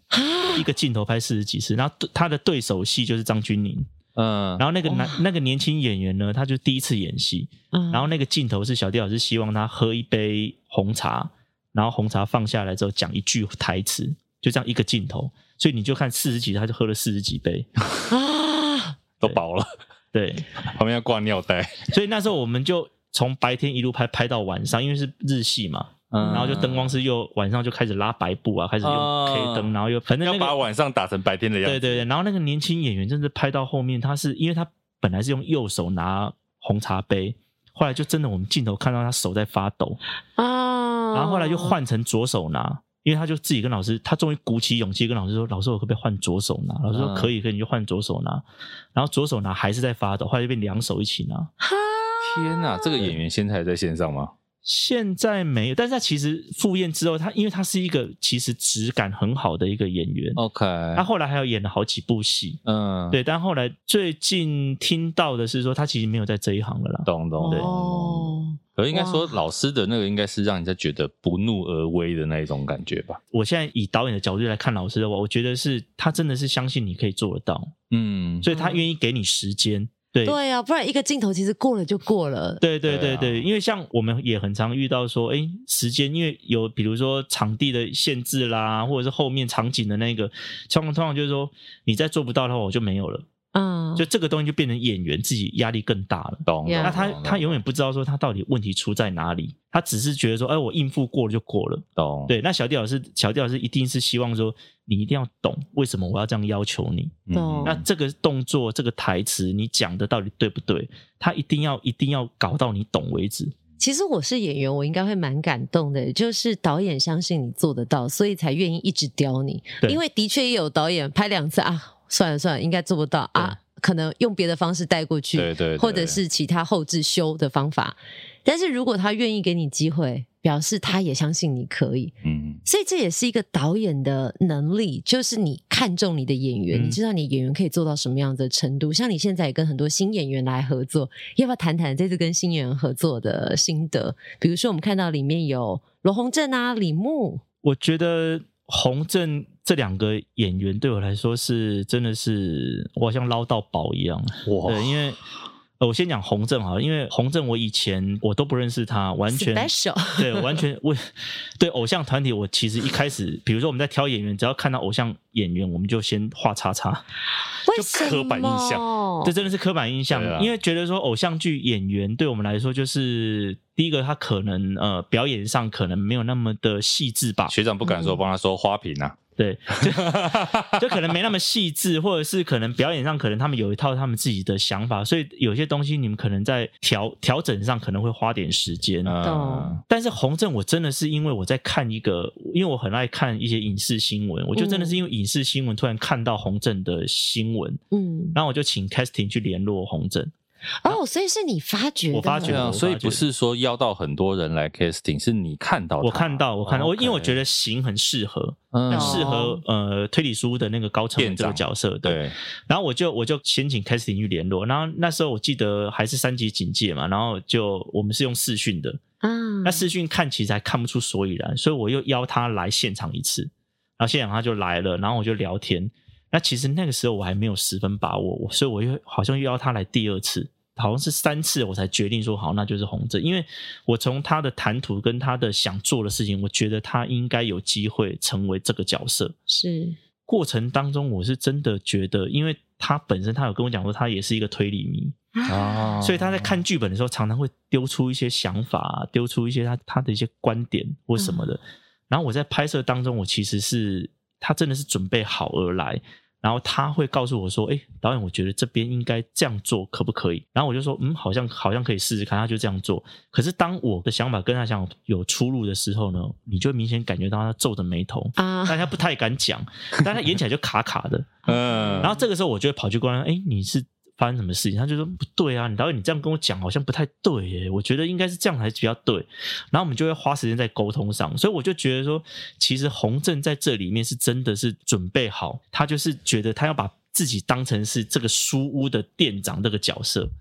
一个镜头拍40几次，然后他的对手戏就是张钧甯。然后那个年轻演员呢，他就第一次演戏，然后那个镜头是小弟老师希望他喝一杯红茶，然后红茶放下来之后讲一句台词，就这样一个镜头，所以你就看40几，他就喝了40几杯啊，都饱了。 对， 旁边要挂尿袋。 所以那时候我们就从白天一路拍到晚上，因为是日系嘛。然后就灯光师又晚上就开始拉白布啊，开始用 K 灯，然后又反正要把晚上打成白天的样子。 对，然后那个年轻演员真的拍到后面，因为他本来是用右手拿红茶杯，后来就真的我们镜头看到他手在发抖啊，然后后来就换成左手拿，因为他就自己跟老师，他终于鼓起勇气跟老师说：“老师，我可不可以换左手拿？”老师说：“可以，你就换左手拿。”然后左手拿还是在发抖，后来就变2手一起拿。 天哪，这个演员现在还在线上吗？ 现在没有，但是他其实赴宴之后，因为他是一个其实质感很好的一个演员 ，OK， 他后来还有演了好几部戏，对，但后来最近听到的是说他其实没有在这一行了啦， 懂，对，可应该说老师的那个应该是让人家觉得不怒而威的那一种感觉吧。 我现在以导演的角度来看老师的话，我觉得是他真的是相信你可以做得到，所以他愿意给你时间。 对啊，不然一个镜头其实过了就过了。 对，因为像我们也很常遇到说，时间因为有比如说场地的限制啦，或者是后面场景的那个，通常就是说你再做不到的话，我就没有了。就这个东西就变成演员自己压力更大了。 懂。 那他永远不知道说他到底问题出在哪里，他只是觉得说，我应付过了就过了。 懂。 对，那小弟老师一定是希望说，你一定要懂为什么我要这样要求你。那这个动作、这个台词，你讲的到底对不对？他一定要搞到你懂为止。 其实我是演员，我应该会蛮感动的，就是导演相信你做得到，所以才愿意一直刁你。因为的确也有导演拍2次啊。算了，应该做不到啊，可能用别的方式带过去，对，或者是其他后置修的方法。但是如果他愿意给你机会，表示他也相信你可以。所以这也是一个导演的能力，就是你看中你的演员，你知道你演员可以做到什么样的程度。像你现在也跟很多新演员来合作，要不要谈谈这次跟新演员合作的心得？比如说我们看到里面有罗宏正啊、李牧，我觉得宏正这2个演员对我来说是真的是我好像捞到宝一样。对，因为我先讲宏正好了，因为宏正我以前我都不认识他，完全 special 对，完全对偶像团体我其实一开始比如说我们在挑演员，只要看到偶像演员我们就先画叉叉， 就刻板印象。 这真的是刻板印象，因为觉得说偶像剧演员对我们来说就是第一个他可能表演上可能没有那么的细致吧， 学长不敢说帮他收花瓶啊。 对，就可能没那么细致，或者是可能表演上可能他们有一套他们自己的想法，所以有些东西你们可能在调整上可能会花点时间。但是宏正我真的是因为我在看因为我很爱看一些影视新闻，我就真的是因为影视新闻突然看到宏正的新闻，然后我就请 casting 去联络宏正。 所以是你发掘的？ 我发掘， 所以不是说邀到很多人来 casting， 是你看到他。 我看到，因为我觉得型很适合，很适合推理书的那个高成文这个角色。对，然后我就先请 casting 去联络，然后那时候我记得还是3级警戒嘛，然后我们是用视讯的，那视讯看其实还看不出所以然，所以我又邀他来现场一次，然后现场他就来了，然后我就聊天。那其实那个时候我还没有10分把握，所以我好像又邀他来第2次，好像是3次我才决定说好，那就是宏正。因为我从他的谈吐跟他的想做的事情，我觉得他应该有机会成为这个角色。 是过程当中我是真的觉得，因为他本身他有跟我讲说他也是一个推理迷所以他在看剧本的时候常常会丢出一些想法，丢出一些他的一些观点或什么的。然后我在拍摄当中，我其实是他真的是准备好而来，然后他会告诉我说导演我觉得这边应该这样做可不可以，然后我就说好像可以试试看，他就这样做。可是当我的想法跟他想有出入的时候呢，你就明显感觉到他皱着眉头但他不太敢讲但他演起来就卡卡的然后这个时候我就会跑去关你是发生什么事情？他就说不对啊，你导演你这样跟我讲好像不太对耶，我觉得应该是这样才比较对。然后我们就会花时间在沟通上，所以我就觉得说其实宏正在这里面是真的是准备好，他就是觉得他要把自己当成是这个书屋的店长这个角色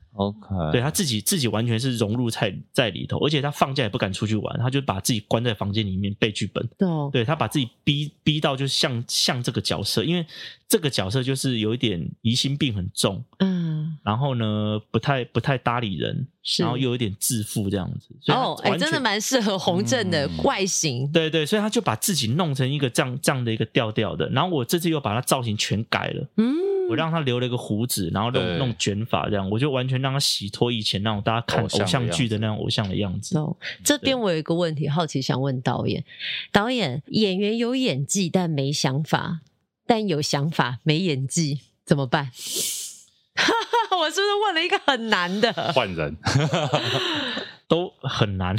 OK， 对，他自己完全是融入在里头，而且他放假也不敢出去玩，他就把自己关在房间里面背剧本。对，他把自己逼到就像这个角色，因为这个角色就是有一点疑心病很重，然后呢不太搭理人，然后又有点自负这样子。 真的蛮适合洪正的外形。 对，所以他就把自己弄成一个这样的一个调调的。然后我这次又把他造型全改了，我让他留了一个胡子，然后弄卷发这样，我就完全让他洗脱以前那种大家看偶像剧的那种偶像的样子。 这边我有一个问题好奇想问导演，演员有演技但没想法，但有想法没演技，怎么办？我是不是问了一个很难的？ 换人都很难。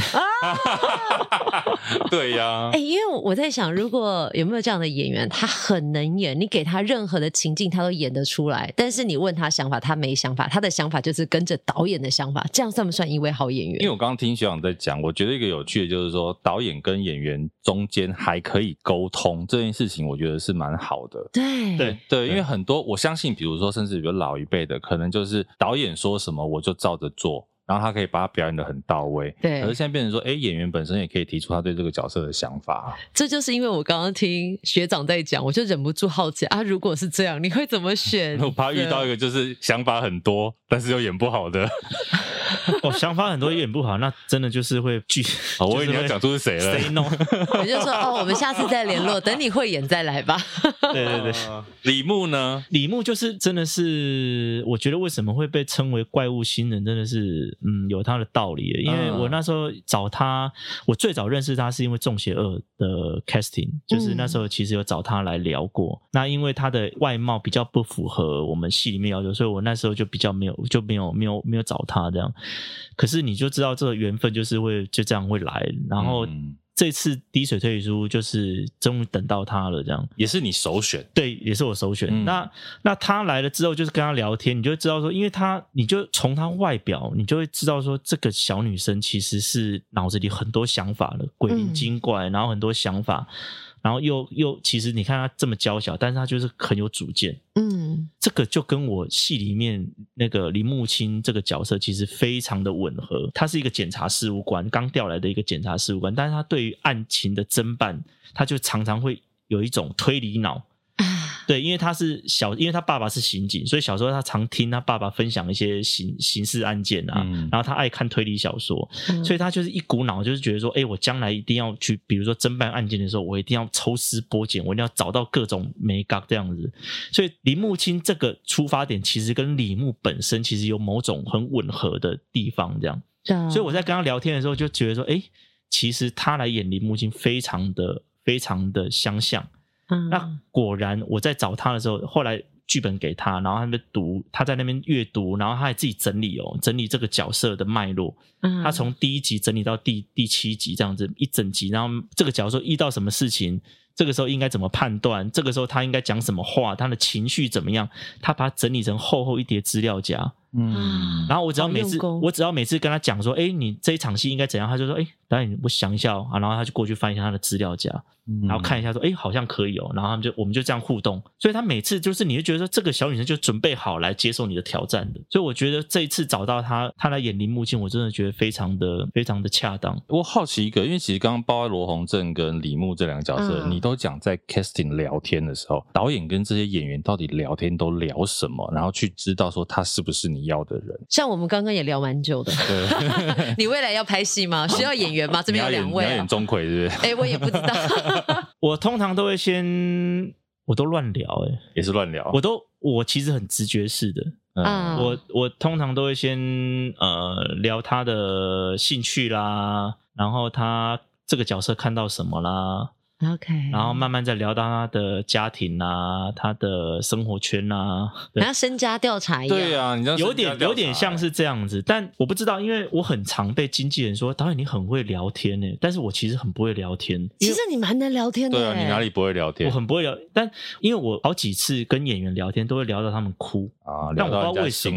对呀， 因为我在想，如果有没有这样的演员，他很能演，你给他任何的情境他都演得出来，但是你问他想法他没想法，他的想法就是跟着导演的想法，这样算不算一位好演员？ 因为我刚刚听学长在讲，我觉得一个有趣的就是说导演跟演员中间还可以沟通这件事情，我觉得是蛮好的。对，因为很多我相信比如说甚至比如老一辈的可能就是导演说什么我就照着做，然后他可以把它表演得很到位。 对， 可是现在变成说演员本身也可以提出他对这个角色的想法。 这就是因为我刚刚听学长在讲，我就忍不住好奇如果是这样你会怎么选？我怕遇到一个就是想法很多但是又演不好的。 想法很多演不好，那真的就是会我以为你要讲出是谁了。 Say no 我就说我们下次再联络，等你会演再来吧。 对。 李牧呢？ 李牧就是真的是，我觉得为什么会被称为怪物新人，真的是有他的道理。因为我那时候找他，我最早认识他是因为《中邪2》的 casting， 就是那时候其实有找他来聊过。那因为他的外貌比较不符合我们戏里面要求，所以我那时候就比较没有找他这样。可是你就知道这个缘分就是就这样会来，然后这次滴水推理书就是终于等到他了，这样也是你首选。 对，也是我首选。那他来了之后，就是跟他聊天，你就会知道说，因为你就从他外表，你就会知道说，这个小女生其实是脑子里很多想法的，鬼灵精怪，然后很多想法。然后又其实你看他这么娇小，但是他就是很有主见。这个就跟我戏里面那个林木清这个角色其实非常的吻合。他是一个检察事务官，刚调来的一个检察事务官，但是他对于案情的侦办，他就常常会有一种推理脑。对，因为他爸爸是刑警，所以小时候他常听他爸爸分享一些刑事案件啊，然后他爱看推理小说，所以他就是一股脑就是觉得说，我将来一定要去，比如说侦办案件的时候，我一定要抽丝剥茧，我一定要找到各种眉角这样子。所以林木清这个出发点其实跟李牧本身其实有某种很吻合的地方，这样。所以我在跟他聊天的时候就觉得说，其实他来演林木清非常的相像。那果然我在找他的时候，后来剧本给他，然后他在那边阅读，然后他还自己整理这个角色的脉络。他从第1集整理到第7集这样子一整集，然后这个角色遇到什么事情，这个时候应该怎么判断，这个时候他应该讲什么话，他的情绪怎么样，他把它整理成厚一叠资料夹。然后我只要每次跟他讲说，你这一场戏应该怎样，他就说，导演我想一下然后他就过去翻一下他的资料夹，然后看一下说，好像可以然后我们就这样互动。所以他每次就是你会觉得说，这个小女生就准备好来接受你的挑战的。所以我觉得这一次找到他来演林木清，我真的觉得非常的恰当。 我好奇一个，因为其实刚刚包括罗洪正跟李牧这两个角色，你都讲在 casting 聊天的时候，导演跟这些演员到底聊天都聊什么，然后去知道说他是不是你要的人。像我们刚刚也聊蛮久的。对。你未来要拍戏吗？需要演员吗？这边有2位。 你要演钟馗是不是？ 我也不知道。 我通常都会我都乱聊也是乱聊。 我其实很直觉式的。我通常都会先聊他的兴趣啦，然后他这个角色看到什么啦。 OK， 然后慢慢再聊到他的家庭啊，他的生活圈啊， 好像身家调查一样。 对啊，你有点像是这样子，但我不知道，因为我很常被经纪人说，导演你很会聊天但是我其实很不会聊天。 其实你蛮能聊天的。 对啊，你哪里不会聊天？ 我很不会聊，但因为我好几次跟演员聊天都会聊到他们哭啊，聊到人家心里。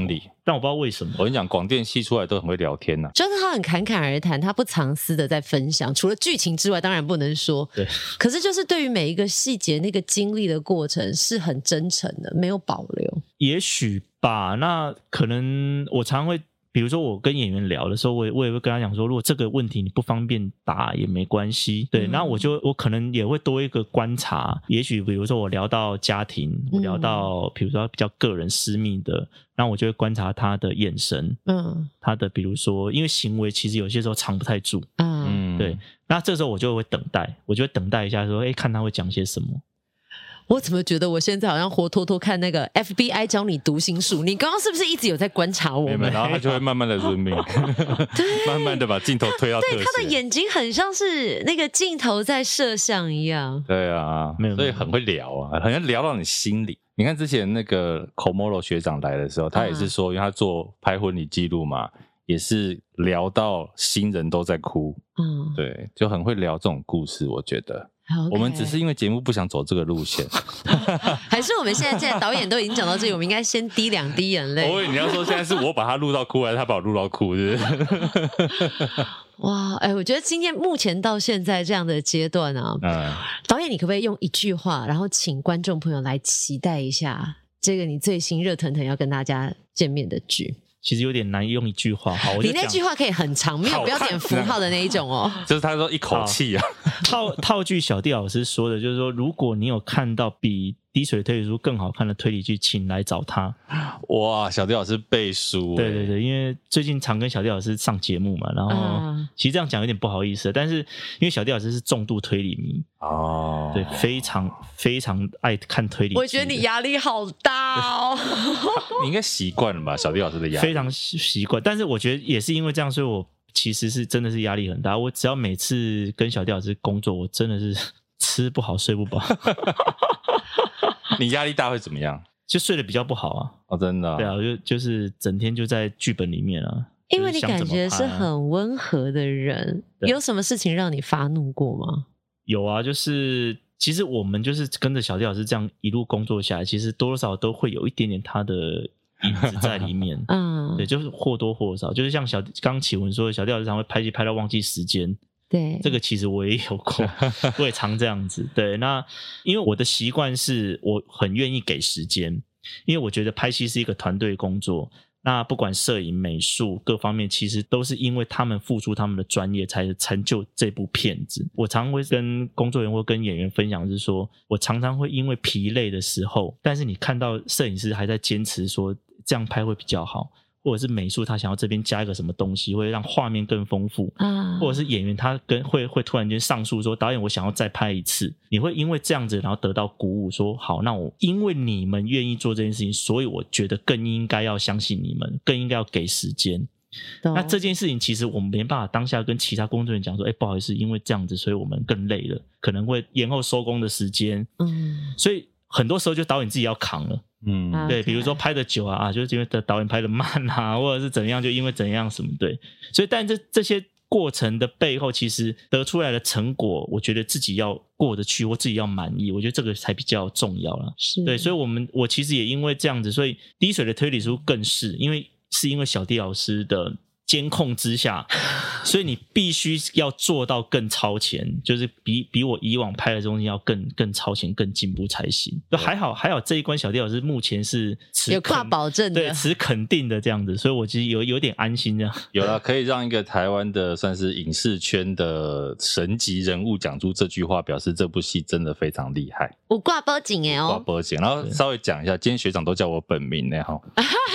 但我不知道为什么。 我跟你讲，广电系出来都很会聊天呐、 就是他很侃侃而谈，他不藏私的在分享，除了剧情之外，当然不能说。 对， 可是就是对于每一个细节，那个经历的过程是很真诚的，没有保留。 也许吧，那可能我常会。比如说我跟演员聊的时候，我也会跟他讲说，如果这个问题你不方便答也没关系，对，那我可能也会多一个观察，也许比如说我聊到家庭，我聊到比如说比较个人私密的，然后我就会观察他的眼神，他的比如说因为行为其实有些时候藏不太住，对，那这时候我就会等待，一下说，看他会讲些什么。 我怎么觉得我现在好像活脱脱看那个 FBI 教你读心术？你刚刚是不是一直有在观察我们？ 然后他就会慢慢的润命，慢慢的把镜头推到特写。 对，他的眼睛很像是那个镜头在摄像一样。 对啊，所以很会聊啊，好像聊到你心里。你看之前那个 Komoro 学长来的时候，他也是说，因为他做拍婚礼记录嘛，也是聊到新人都在哭。对，就很会聊这种故事，我觉得。我们只是因为节目不想走这个路线， 还是我们现在既然导演都已经讲到这里，我们应该先滴2滴眼泪。 你要说现在是我把他录到哭，还是他把我录到哭，是不是？ 哇，我觉得今天目前到现在这样的阶段啊，导演你可不可以用一句话，然后请观众朋友来期待一下这个你最新热腾腾要跟大家见面的剧？ 其实有点难用一句话，好， 你那句话可以很长，没有标点符号的那一种哦。 就是他说一口气啊。 套句小弟老师说的，就是说，如果你有看到比滴水推理书更好看的推理剧，请来找他。 哇，小弟老师背书。 对，因为最近常跟小弟老师上节目嘛，然后其实这样讲有点不好意思，但是因为小弟老师是重度推理迷哦，对，非常非常爱看推理剧。 我觉得你压力好大哦。 你应该习惯了吧，小弟老师的压力。 非常习惯，但是我觉得也是因为这样，所以我其实是真的是压力很大。我只要每次跟小弟老师工作，我真的是吃不好睡不饱。 你压力大会怎么样？ 就睡得比较不好啊。 哦，真的。 对啊，就是整天就在剧本里面啊。 因为你感觉是很温和的人，有什么事情让你发怒过吗？ 有啊，就是其实我们就是跟着小弟老师这样一路工作下来，其实多多少少都会有一点点他的影子在里面。对，就是或多或少，就是像刚启文说的，小弟老师常会拍戏拍到忘记时间。 对， 这个其实我也有过，我也常这样子。对，那因为我的习惯是我很愿意给时间，因为我觉得拍戏是一个团队工作。那不管摄影、美术各方面，其实都是因为他们付出他们的专业，才成就这部片子。我常会跟工作人员或跟演员分享，是说我常常会因为疲累的时候，但是你看到摄影师还在坚持说这样拍会比较好。或者是美术他想要这边加一个什么东西，会让画面更丰富，或者是演员他会突然间上诉说，导演我想要再拍一次，你会因为这样子然后得到鼓舞，说好，那我因为你们愿意做这件事情，所以我觉得更应该要相信你们，更应该要给时间。那这件事情其实我们没办法当下跟其他工作人员讲说，不好意思，因为这样子所以我们更累了，可能会延后收工的时间。所以很多时候就导演自己要扛了。对，比如说拍的久啊，就是因为导演拍的慢啊，或者是怎样，就因为怎样什么，对，所以但这些过程的背后，其实得出来的成果，我觉得自己要过得去，或自己要满意，我觉得这个才比较重要啦。对，所以我其实也因为这样子，所以滴水的推理书更是因为小弟老师的监控之下，所以你必须要做到更超前，就是比我以往拍的东西要更超前、更进步才行。还好这一关小弟老师目前是有挂保证的， 对，持肯定的这样子，所以我其实有点安心这样。 有了，可以让一个台湾的算是影视圈的神级人物讲出这句话，表示这部戏真的非常厉害。 我挂保证耶哦， 挂保证。然后稍微讲一下，今天学长都叫我本名呢哈，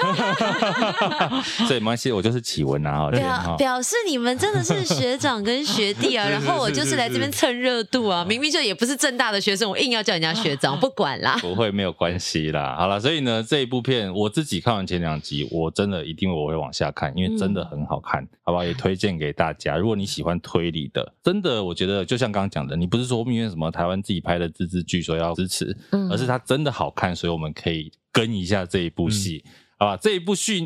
所以没关系，我就是启文啊。 表示你们真的是学长跟学弟啊，然后我就是来这边蹭热度啊，明明就也不是政大的学生，我硬要叫人家学长，不管啦， 不会，没有关系啦。好啦，所以呢，这一部片我自己看完前2集，我真的一定我会往下看，因为真的很好看，好不好？也推荐给大家。如果你喜欢推理的，真的我觉得就像刚刚讲的，你不是说因为什么台湾自己拍的自制剧说要支持，而是它真的好看，所以我们可以跟一下这一部戏，好吧？这部剧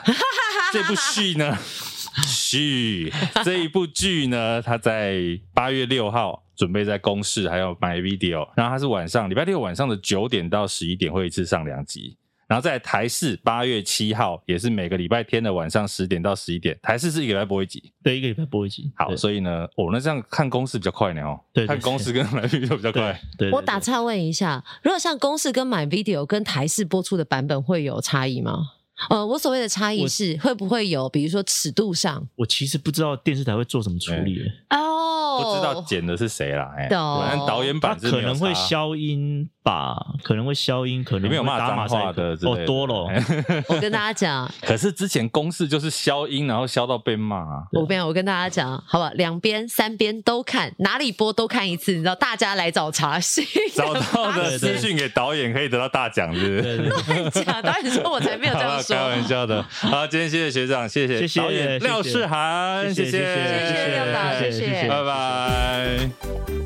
呢，它在8月6号准备在公视还有买 video， 然后它是礼拜六晚上的9点到11点会一次上2集。 然后在台视8月7号也是每个礼拜天的晚上10点到11点，台视是一个礼拜播一集， 对，一个礼拜播一集。 好，所以呢，那这样看公视比较快呢哦， 对， 看公视跟买 video 比较快。 对， 我打岔问一下，如果像公视跟买 video 跟台视播出的版本会有差异吗？我所谓的差异是会不会有，比如说尺度上？ 我其实不知道电视台会做什么处理哦， 不知道剪的是谁啦，反正导演版是可能会消音吧，可能会消音，可能会骂脏话的之类的。 多了。 我跟大家讲， 可是之前公视就是消音，然后消到被骂啊。 我跟大家讲，好不好？2边3边都看，哪里播都看一次，你知道，大家来找茬新， 找到的私讯给导演可以得到大奖，是不是？ 乱讲，导演说我才没有这样说， 开玩笑的。好，今天谢谢学长，谢谢导演廖世涵，谢谢廖导，谢谢， 拜拜。